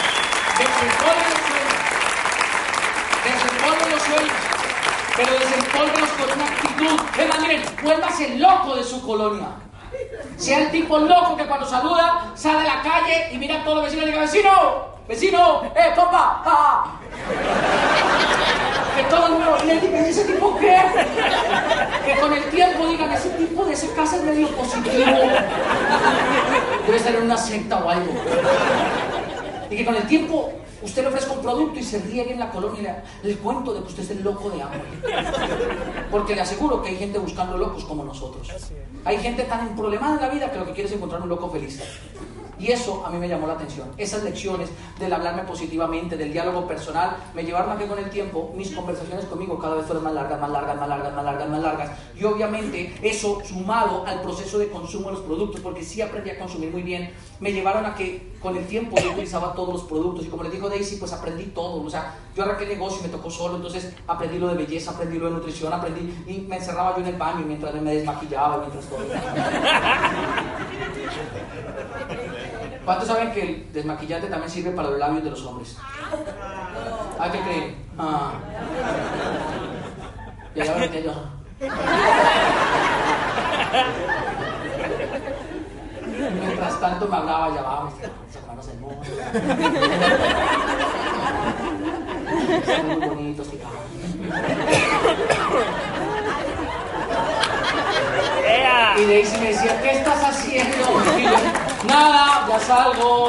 pero desempólvenlos con una actitud. Venga, miren, vuélvase loco de su colonia. Sea el tipo loco que cuando saluda sale a la calle y mira a todos los vecinos y diga, vecino, compa, ja. Que todo el mundo diga, ¿ese tipo qué? Que con el tiempo digan, ese tipo de esa casa es medio positivo. Debe estar en una secta o algo. Y que con el tiempo usted le ofrezca un producto y se riegue en la colonia el cuento de que usted es el loco de hambre. Porque le aseguro que hay gente buscando locos como nosotros. Hay gente tan emproblemada en la vida que lo que quiere es encontrar un loco feliz. Y eso a mí me llamó la atención. Esas lecciones del hablarme positivamente, del diálogo personal, me llevaron a que con el tiempo mis conversaciones conmigo cada vez fueron más largas. Y obviamente eso, sumado al proceso de consumo de los productos, porque sí aprendí a consumir muy bien, me llevaron a que con el tiempo yo utilizaba todos los productos. Y como les dijo Daisy, pues aprendí todo. O sea, yo arranqué el negocio y me tocó solo, entonces aprendí lo de belleza, aprendí lo de nutrición, y me encerraba yo en el baño mientras me desmaquillaba, mientras todo. ¿Cuántos saben que el desmaquillante también sirve para los labios de los hombres? ¿A qué creen? Ya ven yo. Mientras tanto me hablaba, ya vamos, esas manos en mono. Son muy bonitos, tica. Y Daisy me decía, ¿qué estás haciendo? Y yo, nada, ya salgo.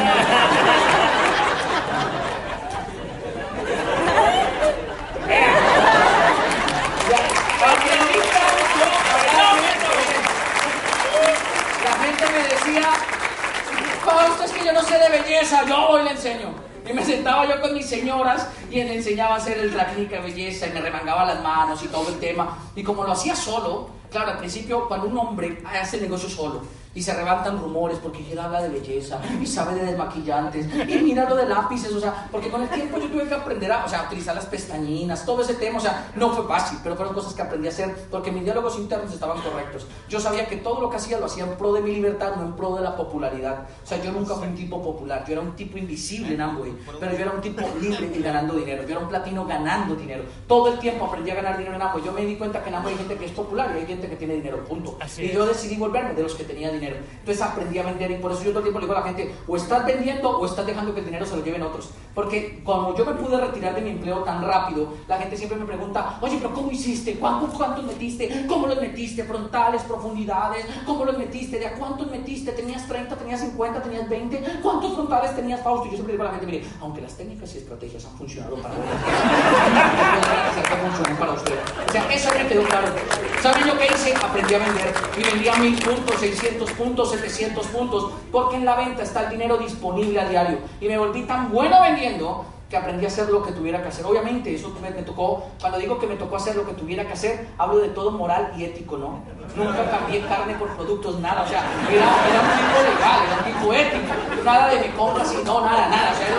La gente me decía, Fausto, es que yo no sé de belleza, yo hoy le enseño. Y me sentaba yo con mis señoras y me enseñaba a hacer el técnica de belleza y me remangaba las manos y todo el tema. Y como lo hacía solo, claro, al principio cuando un hombre hace el negocio solo y se levantan rumores porque él habla de belleza y sabe de desmaquillantes y mira lo de lápices, o sea, porque con el tiempo yo tuve que aprender a, o sea, utilizar las pestañinas, todo ese tema, o sea, no fue fácil, pero fueron cosas que aprendí a hacer porque mis diálogos internos estaban correctos. Yo sabía que todo lo que hacía lo hacía en pro de mi libertad, no en pro de la popularidad. O sea, yo nunca fui un tipo popular, yo era un tipo invisible en Amway, pero yo era un tipo libre y ganando dinero, yo era un platino ganando dinero. Todo el tiempo aprendí a ganar dinero en Amway. Yo me di cuenta que en Amway hay gente que es popular y hay gente que tiene dinero, punto. Y yo decidí volverme de los que tenía dinero. Entonces aprendí a vender y por eso yo todo el tiempo le digo a la gente, o estás vendiendo o estás dejando que el dinero se lo lleven otros. Porque cuando yo me pude retirar de mi empleo tan rápido, la gente siempre me pregunta, oye, pero ¿cómo hiciste? ¿Cuántos metiste? ¿Cómo los metiste? ¿Frontales, profundidades? ¿Cómo los metiste? ¿De a cuántos metiste? ¿Tenías 30, tenías 50, tenías 20? ¿Cuántos frontales tenías, Fausto? Y yo siempre digo a la gente, mire, aunque las técnicas y estrategias han funcionado para ustedes, funcionan para ustedes. O sea, eso me quedó claro. ¿Saben yo qué hice? Aprendí a vender y vendía 1000 puntos, 600 puntos, 700 puntos, porque en la venta está el dinero disponible a diario. Y me volví tan bueno vendiendo que aprendí a hacer lo que tuviera que hacer. Obviamente, eso me tocó, cuando digo que me tocó hacer lo que tuviera que hacer, hablo de todo moral y ético, ¿no? Nunca cambié carne por productos, nada, o sea, era un tipo legal, era un tipo ético, nada de me compra así, no, nada, o sea,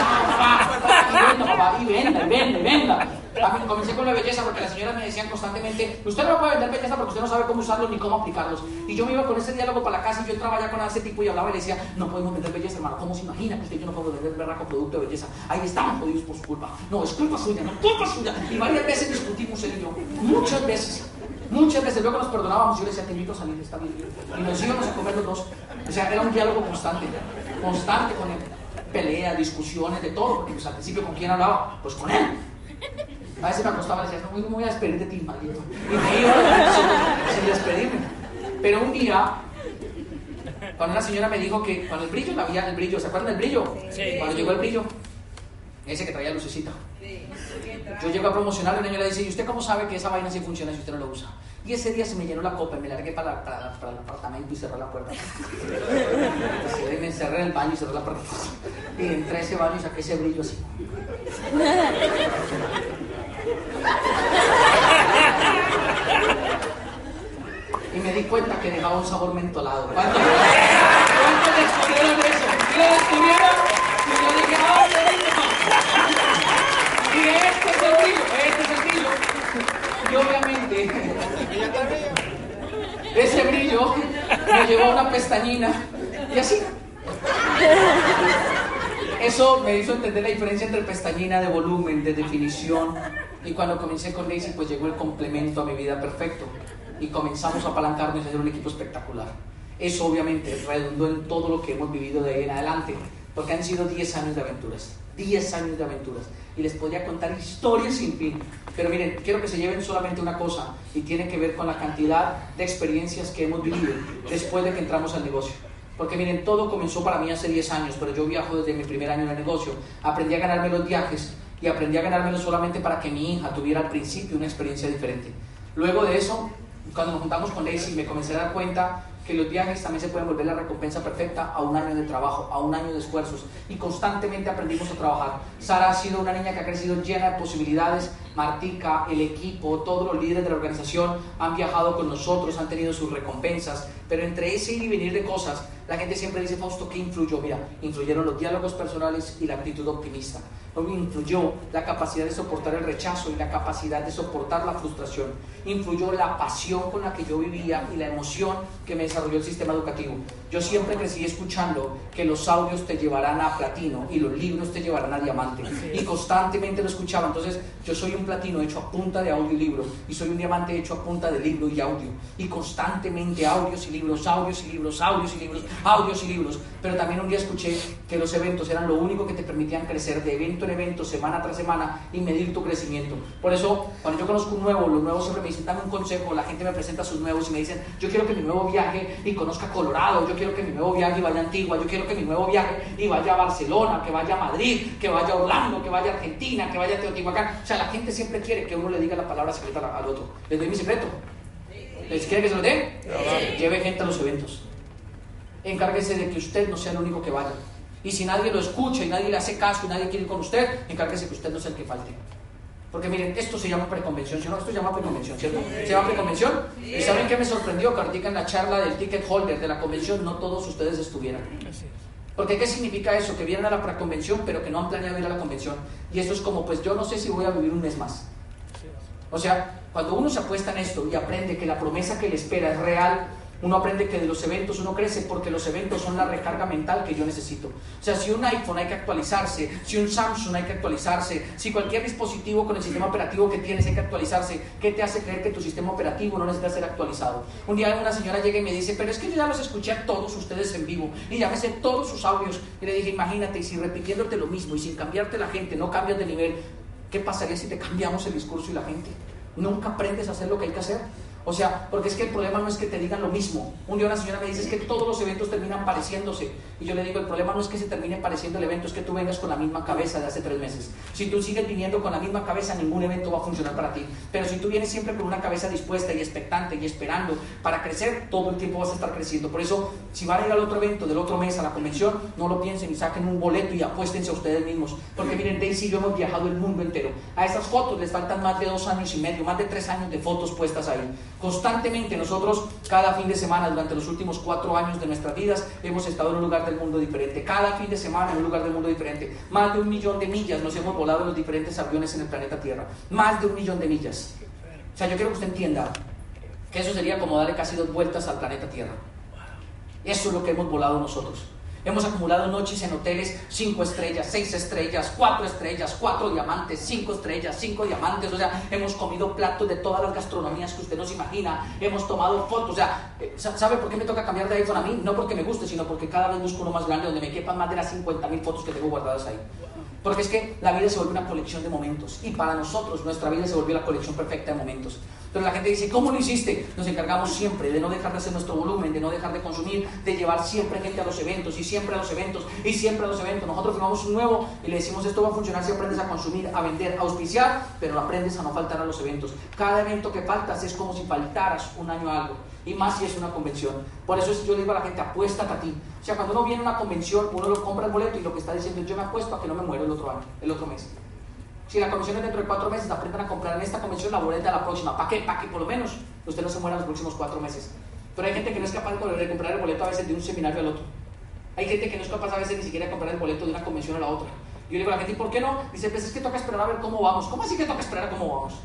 era y venda. Comencé con la belleza porque las señoras me decían constantemente, usted no puede vender belleza porque usted no sabe cómo usarlos ni cómo aplicarlos. Y yo me iba con ese diálogo para la casa y yo entraba ya con ese tipo y hablaba y le decía, no podemos vender belleza, hermano, ¿cómo se imagina que usted y yo no podemos vender berraco producto de belleza? Ahí estamos jodidos por su culpa. No, es culpa suya, no, culpa suya. Y varias veces discutimos él y yo, muchas veces, luego nos perdonábamos y yo le decía, te invito a salir, está bien. Y nos íbamos a comer los dos. O sea, era un diálogo constante con él. Pelea, discusiones, de todo, porque pues, al principio ¿con quién hablaba? Pues con él. A veces me acostaba y decía, no, me voy a despedir de ti, maldito. Y me iba sin despedirme. Pero un día, cuando una señora me dijo que cuando el brillo, ¿se acuerdan del brillo? Sí. Cuando llegó el brillo, ese que traía lucecita. Sí. Yo llego a promocionarlo y una señora dice, ¿y usted cómo sabe que esa vaina sí funciona si usted no lo usa? Y ese día se me llenó la copa y me largué para el apartamento y cerré la puerta. Y me encerré en el baño y cerré la puerta. Y entré a ese baño y saqué ese brillo así. Y me di cuenta que dejaba un sabor mentolado. ¿Cuántos descubrieron eso? ¿Y lo descubrieron? Y yo dije, ¡ah, y este es el brillo! Y obviamente, ese brillo me llevó a una pestañina y así. Eso me hizo entender la diferencia entre pestañina, de volumen, de definición. Y cuando comencé con Daisy, pues llegó el complemento a mi vida perfecto. Y comenzamos a apalancarnos y a hacer un equipo espectacular. Eso obviamente redundó en todo lo que hemos vivido de ahí en adelante. Porque han sido 10 años de aventuras. 10 años de aventuras. Y les podría contar historias sin fin. Pero miren, quiero que se lleven solamente una cosa. Y tiene que ver con la cantidad de experiencias que hemos vivido después de que entramos al negocio. Porque miren, todo comenzó para mí hace 10 años, pero yo viajo desde mi primer año en el negocio. Aprendí a ganarme los viajes y aprendí a ganármelos solamente para que mi hija tuviera al principio una experiencia diferente. Luego de eso, cuando nos juntamos con Daisy, me comencé a dar cuenta que los viajes también se pueden volver la recompensa perfecta a un año de trabajo, a un año de esfuerzos, y constantemente aprendimos a trabajar. Sara ha sido una niña que ha crecido llena de posibilidades. Martica, el equipo, todos los líderes de la organización han viajado con nosotros, han tenido sus recompensas, pero entre ese ir y venir de cosas, la gente siempre dice, Fausto, ¿qué influyó? Mira, influyeron los diálogos personales y la actitud optimista. Influyó la capacidad de soportar el rechazo y la capacidad de soportar la frustración. Influyó la pasión con la que yo vivía y la emoción que me desarrolló el sistema educativo. Yo siempre crecí escuchando que los audios te llevarán a platino y los libros te llevarán a diamante. Y constantemente lo escuchaba. Entonces, yo soy un platino hecho a punta de audio y libro, y soy un diamante hecho a punta de libro y audio. Y constantemente audios y libros, audios y libros, audios y libros, audios y libros. Pero también un día escuché que los eventos eran lo único que te permitían crecer de evento en evento, semana tras semana, y medir tu crecimiento. Por eso, cuando yo conozco un nuevo, los nuevos siempre me dicen, dame un consejo. La gente me presenta sus nuevos y me dicen, yo quiero que mi nuevo viaje y conozca Colorado, yo quiero que mi nuevo viaje y vaya a Antigua, yo quiero que mi nuevo viaje y vaya a Barcelona, que vaya a Madrid, que vaya a Orlando, que vaya a Argentina, que vaya a Teotihuacán. O sea, la gente siempre quiere que uno le diga la palabra secreta al otro. ¿Les doy mi secreto? ¿Les quiere que se lo dé? Lleve gente a los eventos. Encárguese de que usted no sea el único que vaya. Y si nadie lo escucha y nadie le hace caso y nadie quiere ir con usted, encárguese que usted no es el que falte. Porque miren, esto se llama preconvención, ¿sí o no? Esto se llama preconvención, ¿cierto? ¿Se llama preconvención? ¿Y saben qué me sorprendió? Que ahorita en la charla del ticket holder de la convención no todos ustedes estuvieran. Porque ¿qué significa eso? Que vienen a la preconvención pero que no han planeado ir a la convención. Y eso es como, pues yo no sé si voy a vivir un mes más. O sea, cuando uno se apuesta en esto y aprende que la promesa que le espera es real, uno aprende que de los eventos uno crece, porque los eventos son la recarga mental que yo necesito. O sea, si un iPhone hay que actualizarse, si un Samsung hay que actualizarse, si cualquier dispositivo con el sistema operativo que tienes hay que actualizarse, ¿qué te hace creer que tu sistema operativo no necesita ser actualizado? Un día una señora llega y me dice, pero es que yo ya los escuché a todos ustedes en vivo y ya me sé todos sus audios. Y le dije, imagínate, y si repitiéndote lo mismo y sin cambiarte la gente no cambias de nivel, ¿qué pasaría si te cambiamos el discurso y la gente? Nunca aprendes a hacer lo que hay que hacer. O sea, porque es que el problema no es que te digan lo mismo. Un día una señora me dice, es que todos los eventos terminan pareciéndose. Y yo le digo, el problema no es que se termine pareciendo el evento, es que tú vengas con la misma cabeza de hace 3 meses. Si tú sigues viniendo con la misma cabeza, ningún evento va a funcionar para ti. Pero si tú vienes siempre con una cabeza dispuesta y expectante y esperando para crecer, todo el tiempo vas a estar creciendo. Por eso, si van a ir al otro evento del otro mes, a la convención, no lo piensen y saquen un boleto y apuéstense a ustedes mismos. Porque miren, Daisy y yo hemos viajado el mundo entero. A esas fotos les faltan más de 2 años y medio, más de 3 años de fotos puestas ahí. Constantemente nosotros, cada fin de semana, durante los últimos 4 años de nuestras vidas, hemos estado en un lugar del mundo diferente. Cada fin de semana en un lugar del mundo diferente. Más de 1 millón de millas nos hemos volado en los diferentes aviones en el planeta Tierra. Más de 1 millón de millas. O sea, yo quiero que usted entienda que eso sería como darle casi 2 vueltas al planeta Tierra. Eso es lo que hemos volado nosotros. Hemos acumulado noches en hoteles 5 estrellas, 6 estrellas, 4 estrellas, 4 diamantes, 5 estrellas, 5 diamantes. O sea, hemos comido platos de todas las gastronomías que usted no se imagina. Hemos tomado fotos. O sea, ¿sabe por qué me toca cambiar de iPhone a mí? No porque me guste, sino porque cada vez busco uno más grande donde me quepan más de las 50.000 fotos que tengo guardadas ahí. Porque es que la vida se vuelve una colección de momentos. Y para nosotros, nuestra vida se volvió la colección perfecta de momentos. Pero la gente dice, ¿cómo lo hiciste? Nos encargamos siempre de no dejar de hacer nuestro volumen, de no dejar de consumir, de llevar siempre gente a los eventos, y siempre a los eventos, y siempre a los eventos. Nosotros firmamos un nuevo y le decimos, esto va a funcionar si aprendes a consumir, a vender, a auspiciar, pero aprendes a no faltar a los eventos. Cada evento que faltas es como si faltaras un año a algo. Y más si es una convención. Por eso yo digo a la gente, apuéstate a ti. O sea, cuando uno viene a una convención, uno lo compra el boleto y lo que está diciendo es, yo me apuesto a que no me muero el otro año, el otro mes. Si la convención es dentro de 4 meses, aprendan a comprar en esta convención la boleta de la próxima. ¿Para qué? Para que por lo menos usted no se muera en los próximos 4 meses. Pero hay gente que no es capaz de comprar el boleto a veces de un seminario al otro. Hay gente que no es capaz a veces ni siquiera de comprar el boleto de una convención a la otra. Yo le digo a la gente, ¿y por qué no? Dice, pues es que toca esperar a ver cómo vamos. ¿Cómo así que toca esperar a cómo vamos?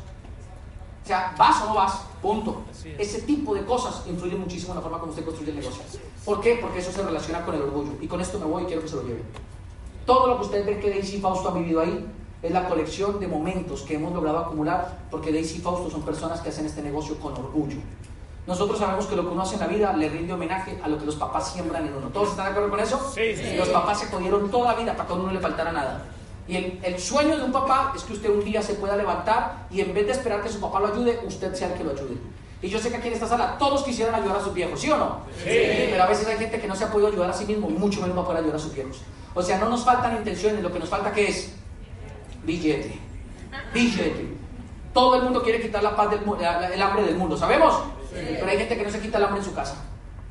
O sea, ¿vas o no vas? Punto. Ese tipo de cosas influyen muchísimo en la forma como usted construye el negocio. ¿Por qué? Porque eso se relaciona con el orgullo. Y con esto me voy y quiero que se lo lleven. Todo lo que ustedes ven que Daisy y Fausto han vivido ahí es la colección de momentos que hemos logrado acumular, porque Daisy y Fausto son personas que hacen este negocio con orgullo. Nosotros sabemos que lo que uno hace en la vida le rinde homenaje a lo que los papás siembran en uno. ¿Todos están de acuerdo con eso? Sí, sí. Los papás se jodieron toda la vida para que a uno no le faltara nada. Y el sueño de un papá es que usted un día se pueda levantar y en vez de esperar que su papá lo ayude, usted sea el que lo ayude. Y yo sé que aquí en esta sala todos quisieran ayudar a sus viejos, ¿sí o no? Sí. Pero a veces hay gente que no se ha podido ayudar a sí mismo, mucho menos va a poder ayudar a sus viejos. O sea, no nos faltan intenciones, lo que nos falta ¿qué es? Billete. Billete. Todo el mundo quiere quitar la paz el hambre del mundo, ¿sabemos? Sí. Pero hay gente que no se quita el hambre en su casa.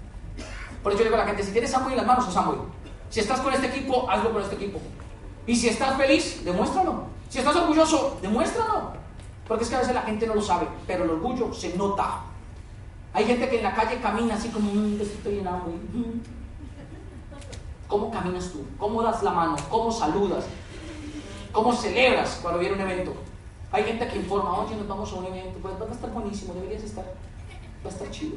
Por eso yo digo a la gente, si tienes Amway en las manos, haz Amway. Si estás con este equipo, hazlo con este equipo. Y si estás feliz, demuéstralo. Si estás orgulloso, demuéstralo. Porque es que a veces la gente no lo sabe, pero el orgullo se nota. Hay gente que en la calle camina así como estoy en Amway. ¿Cómo caminas tú? ¿Cómo das la mano? ¿Cómo saludas? ¿Cómo celebras cuando viene un evento? Hay gente que informa, oye, nos vamos a un evento, pues va a estar buenísimo, deberías estar, va a estar chido.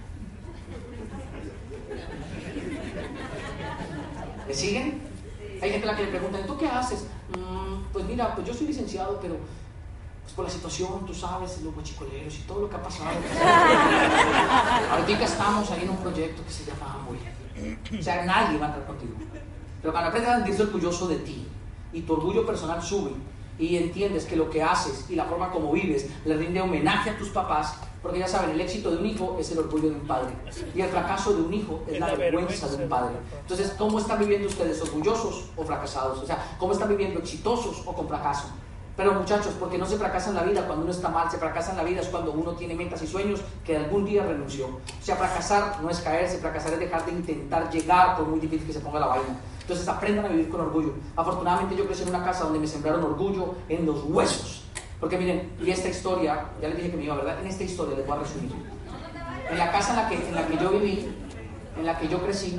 ¿Me siguen? Hay gente a la que le preguntan, ¿tú qué haces? Pues mira, pues yo soy licenciado, pero pues por la situación, tú sabes, los guachicoleros y todo lo que ha pasado. Ahorita estamos ahí en un proyecto que se llama Amway. O sea, nadie va a entrar contigo. Pero cuando aprendes a sentirse orgulloso de ti y tu orgullo personal sube y entiendes que lo que haces y la forma como vives le rinde homenaje a tus papás, porque ya saben, el éxito de un hijo es el orgullo de un padre y el fracaso de un hijo es la vergüenza de un padre. Entonces, ¿cómo están viviendo ustedes, orgullosos o fracasados? O sea, ¿cómo están viviendo, exitosos o con fracaso? Pero muchachos, porque no se fracasa en la vida cuando uno está mal, se fracasa en la vida es cuando uno tiene metas y sueños que algún día renunció. O sea, fracasar no es caerse, fracasar es dejar de intentar llegar por muy difícil que se ponga la vaina. Entonces aprendan a vivir con orgullo. Afortunadamente yo crecí en una casa donde me sembraron orgullo en los huesos. Porque miren, y esta historia, ya les dije que me iba, ¿verdad? En esta historia les voy a resumir. En la casa en la que yo viví, en la que yo crecí,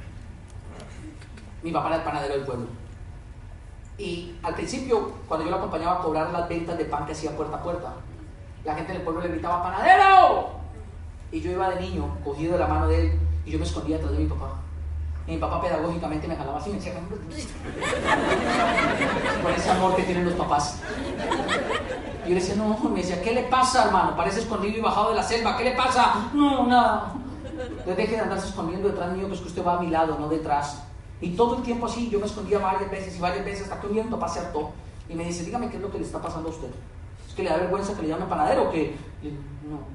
mi papá era el panadero del pueblo. Y al principio, cuando yo lo acompañaba a cobrar las ventas de pan que hacía puerta a puerta, la gente del pueblo le gritaba ¡panadero! Y yo iba de niño, cogido de la mano de él, y yo me escondía detrás de mi papá. Y mi papá pedagógicamente me jalaba así y me decía con ese amor que tienen los papás. Y yo le decía, no, me decía, ¿qué le pasa, hermano? Parece escondido y bajado de la selva, ¿qué le pasa? No, nada. Entonces deje de andarse escondiendo detrás mío, pues que usted va a mi lado, no detrás. Y todo el tiempo así, yo me escondía varias veces hasta que un día mi papá se hartó y me dice, dígame qué es lo que le está pasando a usted. ¿Es que le da vergüenza que le llame panadero o qué? Y yo,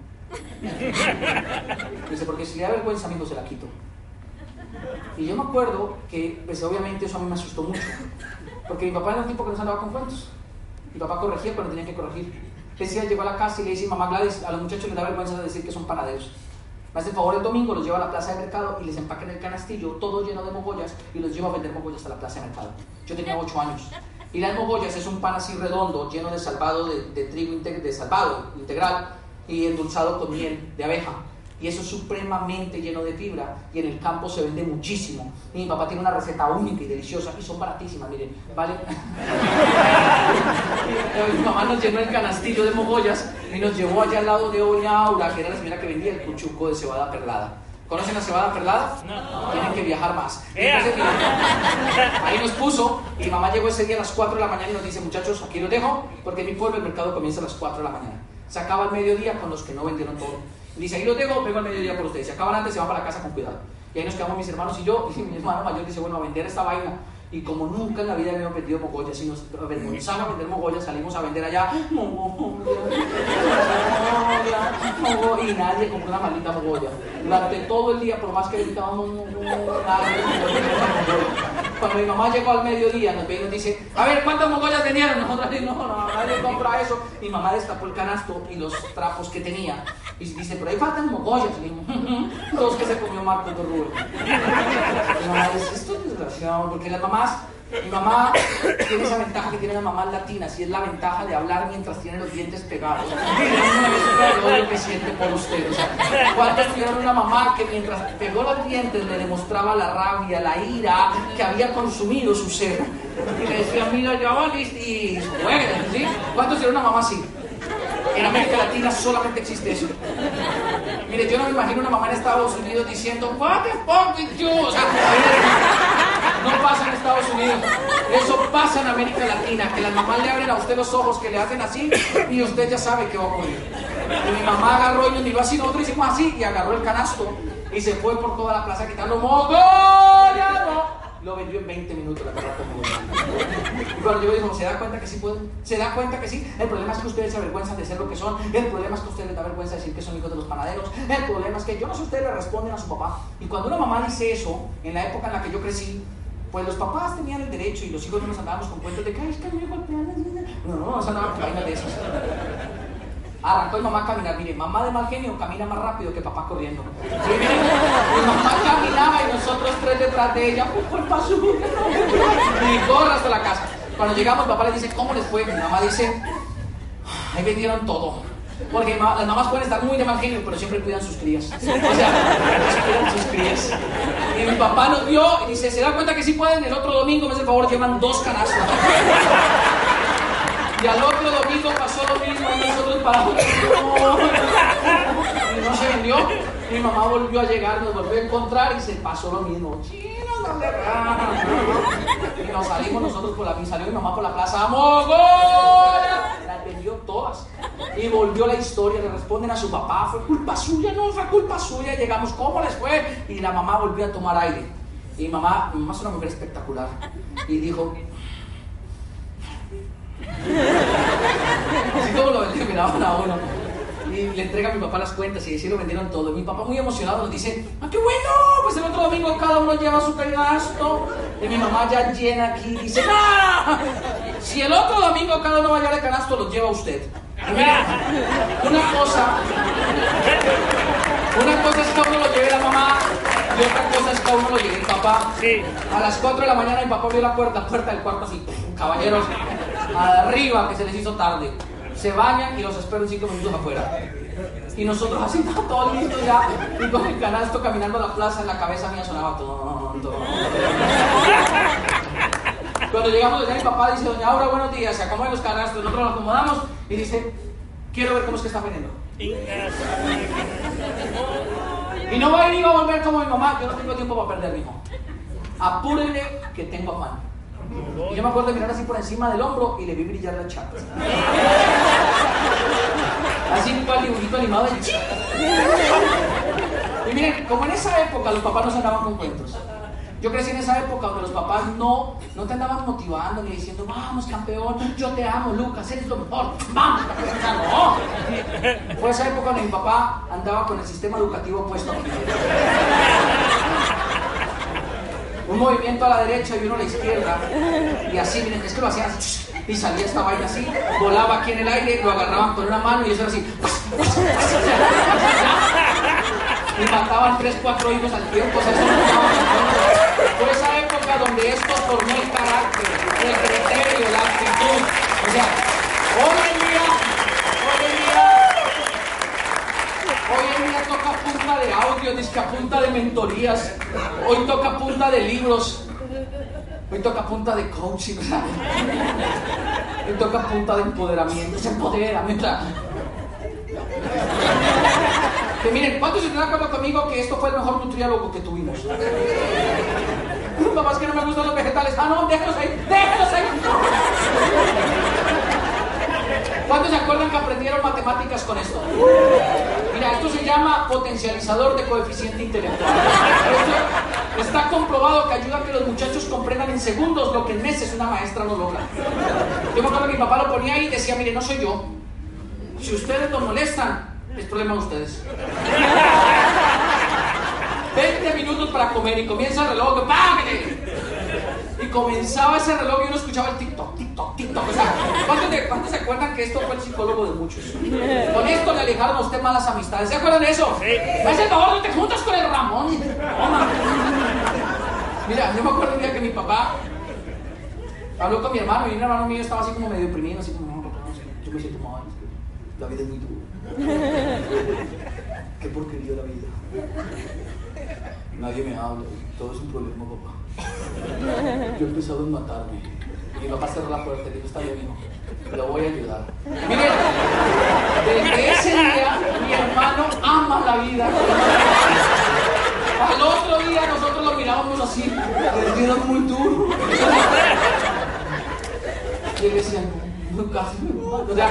no. Dice, porque si le da vergüenza, amigo, se la quito. Y yo me acuerdo que, pues obviamente eso a mí me asustó mucho, porque mi papá era un tipo que no se andaba con cuentos. Mi papá corregía cuando tenía que corregir. Decía, llegó a la casa y le dice, mamá Gladys, a los muchachos les da vergüenza de decir que son panaderos. Me hace el favor el domingo, los lleva a la plaza de mercado y les empaca en el canastillo, todo lleno de mogollas, y los lleva a vender mogollas a la plaza de mercado. Yo tenía 8 años. Y las mogollas es un pan así redondo, lleno de salvado de trigo de salvado integral y endulzado con miel de abeja. Y eso es supremamente lleno de fibra y en el campo se vende muchísimo. Y mi papá tiene una receta única y deliciosa y son baratísimas, miren, ¿vale? Mi mamá nos llenó el canastillo de mogollas y nos llevó allá al lado de Doña Aura, que era la señora que vendía el cuchuco de cebada perlada. ¿Conocen la cebada perlada? No. Tienen que viajar más. Entonces, ahí nos puso y mi mamá llegó ese día a las 4 de la mañana y nos dice, muchachos, aquí los dejo porque en mi pueblo el mercado comienza a las 4 de la mañana. Se acaba el mediodía con los que no vendieron todo. Dice, ahí los dejo, vengo al mediodía por ustedes. Si acaban antes, se van para la casa con cuidado. Y ahí nos quedamos mis hermanos y yo, y mi hermano mayor dice, bueno, a vender esta vaina. Y como nunca en la vida habíamos vendido mogollas, y nos avergonzaba vender mogollas, salimos a vender allá, y nadie compró una maldita mogolla. Durante todo el día, por más que gritábamos, cuando mi mamá llegó al mediodía, nos ve y nos dice, a ver, ¿cuántas mogollas vendieron? Nosotros no, nadie compra eso. Mi mamá destapó el canasto y los trapos que tenía. Y dice, pero ahí faltan mogollas. Y digo, los que se comió Marco de Rubén. Mi mamá dice, esto es desgraciado, porque las mamás, mi mamá tiene esa ventaja que tienen las mamás latinas, y es la ventaja de hablar mientras tienen los dientes pegados. Yo lo que siente por usted. O sea, ¿cuántos tuvieron una mamá que mientras pegó los dientes le demostraba la rabia, la ira que había consumido su ser? Y le decía, mira, ya valiste, y bueno, ¿sí? ¿Cuántos tuvieron una mamá así? En América Latina solamente existe eso. Mire, yo no me imagino una mamá en Estados Unidos diciendo, what the fuck did you? O sea, no pasa en Estados Unidos. Eso pasa en América Latina, que las mamás le abren a usted los ojos, que le hacen así, y usted ya sabe qué va a ocurrir. Y mi mamá agarró y nos miró así, nosotros hicimos así, y agarró el canasto, y se fue por toda la plaza quitando mogollas, ¿no? Lo vendió en 20 minutos la carrera con mogollas. Y cuando yo digo, ¿se da cuenta que sí pueden? ¿Se da cuenta que sí? El problema es que ustedes se avergüenzan de ser lo que son. El problema es que a ustedes les da vergüenza decir que son hijos de los panaderos. El problema es que yo no sé, ustedes le responden a su papá. Y cuando una mamá dice eso, en la época en la que yo crecí, pues los papás tenían el derecho y los hijos no nos andábamos con cuentos de que, ay, es que me golpean. No se andaban con vainas de esas. Arrancó mi mamá a caminar, mire, mamá de mal genio camina más rápido que papá corriendo. ¿Sí? Mi mamá caminaba y nosotros tres detrás de ella, por culpa suya, y corre hasta la casa. Cuando llegamos, papá le dice, ¿cómo les fue? Mi mamá dice, ahí vendieron todo. Porque las mamás pueden estar muy de mal genio, pero siempre cuidan sus crías. O sea, cuidan sus crías. Y mi papá nos vio y dice, ¿se da cuenta que sí pueden? El otro domingo, me hace el favor, llevan 2 canastos. Y al otro domingo pasó lo mismo y nosotros paramos. Y no se vendió. Y mi mamá volvió a llegar, nos volvió a encontrar y se pasó lo mismo. Chinos, ¿dónde van? Y nos salimos nosotros por salió mi mamá por la plaza. ¡Mogollas! Las vendió todas. Y volvió la historia, le responden a su papá, fue culpa suya, no, fue culpa suya. Llegamos, ¿cómo les fue? Y la mamá volvió a tomar aire. Y mi mamá es una mujer espectacular. Y dijo, así como lo miraban a uno, y le entrega a mi papá las cuentas y así lo vendieron todo. Y mi papá muy emocionado nos dice, ¡ah, qué bueno! Pues el otro domingo cada uno lleva su canasto. Y mi mamá ya llena aquí dice, ¡ah! Si el otro domingo cada uno va a llevar el canasto, lo lleva usted. Y mira, una cosa es que a uno lo lleve la mamá y otra cosa es que a uno lo lleve el papá. Sí. A las 4 de la mañana mi papá abrió la puerta del cuarto así, caballeros, arriba, que se les hizo tarde. Se bañan y los espero en 5 minutos afuera. Y nosotros así, todos listos ya, y con el canasto caminando a la plaza, en la cabeza mía sonaba tonto. Cuando llegamos allá, mi papá dice, doña Aura, buenos días, se acomodan los canastos, nosotros los acomodamos y dice, quiero ver cómo es que está vendiendo. Y no va a ir a volver como mi mamá, yo no tengo tiempo para perder, mijo. Apúrele que tengo afán. Y yo me acuerdo de mirar así por encima del hombro y le vi brillar la chapa. Así fue el dibujito animado del chico. Y miren, como en esa época los papás no se andaban con cuentos. Yo crecí en esa época donde los papás no te andaban motivando ni diciendo, vamos campeón, yo te amo Lucas, eres lo mejor, vamos campeón. No. Fue esa época donde mi papá andaba con el sistema educativo puesto aquí. Un movimiento a la derecha y uno a la izquierda. Y así, miren, es que lo hacían así. Y salía esta vaina así, volaba aquí en el aire, lo agarraban con una mano y eso era así. Y mataban 3, 4 hijos al tiempo. O sea, eso no fue esa época donde esto formó el carácter, el criterio, la actitud. O sea, hoy en día toca punta de audio, disque a punta de mentorías. Hoy toca punta de libros. Hoy toca punta de coaching. Hoy toca punta de empoderamiento. Se empodera, ¿verdad? Que miren, ¿cuántos están de acuerdo conmigo que esto fue el mejor nutriólogo que tuvimos? Papá, es que no me gustan los vegetales. Ah, no, déjalos ahí, déjalos ahí. ¿Cuántos se acuerdan que aprendieron matemáticas con esto? Mira, esto se llama potencializador de coeficiente intelectual. Esto está comprobado que ayuda a que los muchachos comprendan en segundos lo que en meses una maestra no logra. Yo me acuerdo que mi papá lo ponía ahí y decía, mire, no soy yo. Si ustedes lo molestan, es problema de ustedes. 20 minutos para comer y comienza el reloj, ¡págale! Y comenzaba ese reloj y uno escuchaba el TikTok, TikTok, TikTok. O sea, ¿cuántos se acuerdan que esto fue el psicólogo de muchos? Con esto le alejaron a usted malas amistades. ¿Se acuerdan de eso? Me hace el favor, no te juntas con el Ramón. Toma. Mira, yo me acuerdo un día que mi papá habló con mi hermano y un hermano mío estaba así como medio deprimido, así como, no, papá, yo me siento mal, la vida es muy dura. Qué porquería la vida. Nadie me habla, todo es un problema, papá. Yo he empezado a matarme. Y mi papá cerró la puerta y dijo, está bien, hijo, lo voy a ayudar. Miren, desde ese día mi hermano ama la vida. Al otro día nosotros lo mirábamos así, el día era muy duro. Y él decía, no, casi me mato. O sea,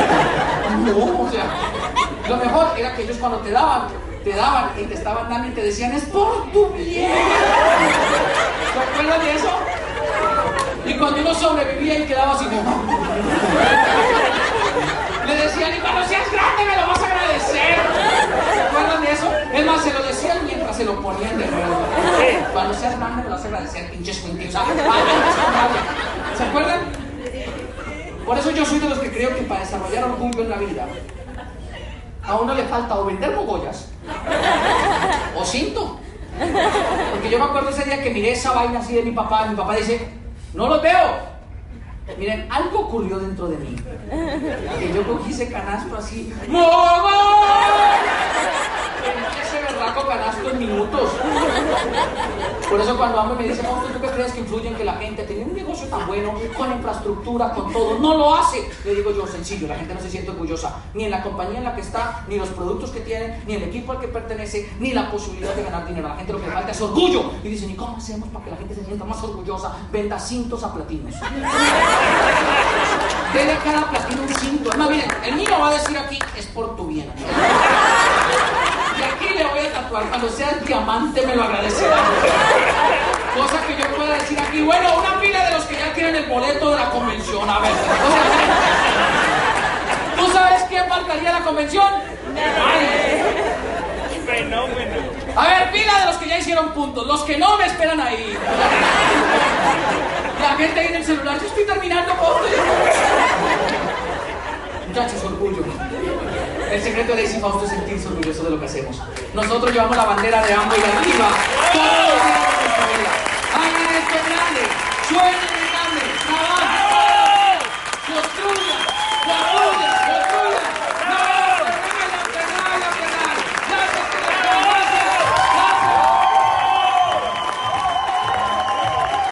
lo mejor era que ellos cuando te daban y te estaban dando y te decían, es por tu bien. ¿Se acuerdan de eso? Y cuando uno sobrevivía y quedaba así como... Le decían, y cuando seas grande me lo vas a agradecer. ¿Se acuerdan de eso? Es más, se lo decían mientras se lo ponían de nuevo. Cuando seas grande me lo vas a agradecer, pinches pinches. ¿Se acuerdan? Por eso yo soy de los que creo que para desarrollar orgullo en la vida, a uno le falta o vender mogollas o cinto. Porque yo me acuerdo ese día que miré esa vaina así de mi papá y mi papá dice, no los veo. Miren, algo ocurrió dentro de mí. Que yo cogí ese canasto así. ¡Mogol! Ese berraco canasto en minutos. Por eso cuando Amber me dice, ¿tú qué crees que influye en que la gente tenga un negocio tan bueno, con infraestructura, con todo, no lo hace? Le digo yo, sencillo, la gente no se siente orgullosa, ni en la compañía en la que está, ni los productos que tiene, ni el equipo al que pertenece, ni la posibilidad de ganar dinero. A la gente lo que le falta es orgullo. Y dicen, ¿y cómo hacemos para que la gente se sienta más orgullosa? Venda cintos a platinos. Dele a cada platino un cinto. No, miren, el mío va a decir aquí, es por tu bien. Y aquí le voy a tatuar, cuando seas diamante me lo agradecerás. Cosa que yo pueda decir aquí, bueno, una pila de los que ya tienen el boleto de la convención, a ver. ¿Tú sabes quién faltaría a la convención? A ver, pila de los que ya hicieron puntos, los que no me esperan ahí. La gente ahí en el celular, yo estoy terminando, muchachos, orgullo. El secreto de Daisy Fausto es sentirse orgulloso de lo que hacemos. Nosotros llevamos la bandera de Amway arriba todos los días de nuestra vida. Hagan esto grande, sueñen grande, trabajen, construyan.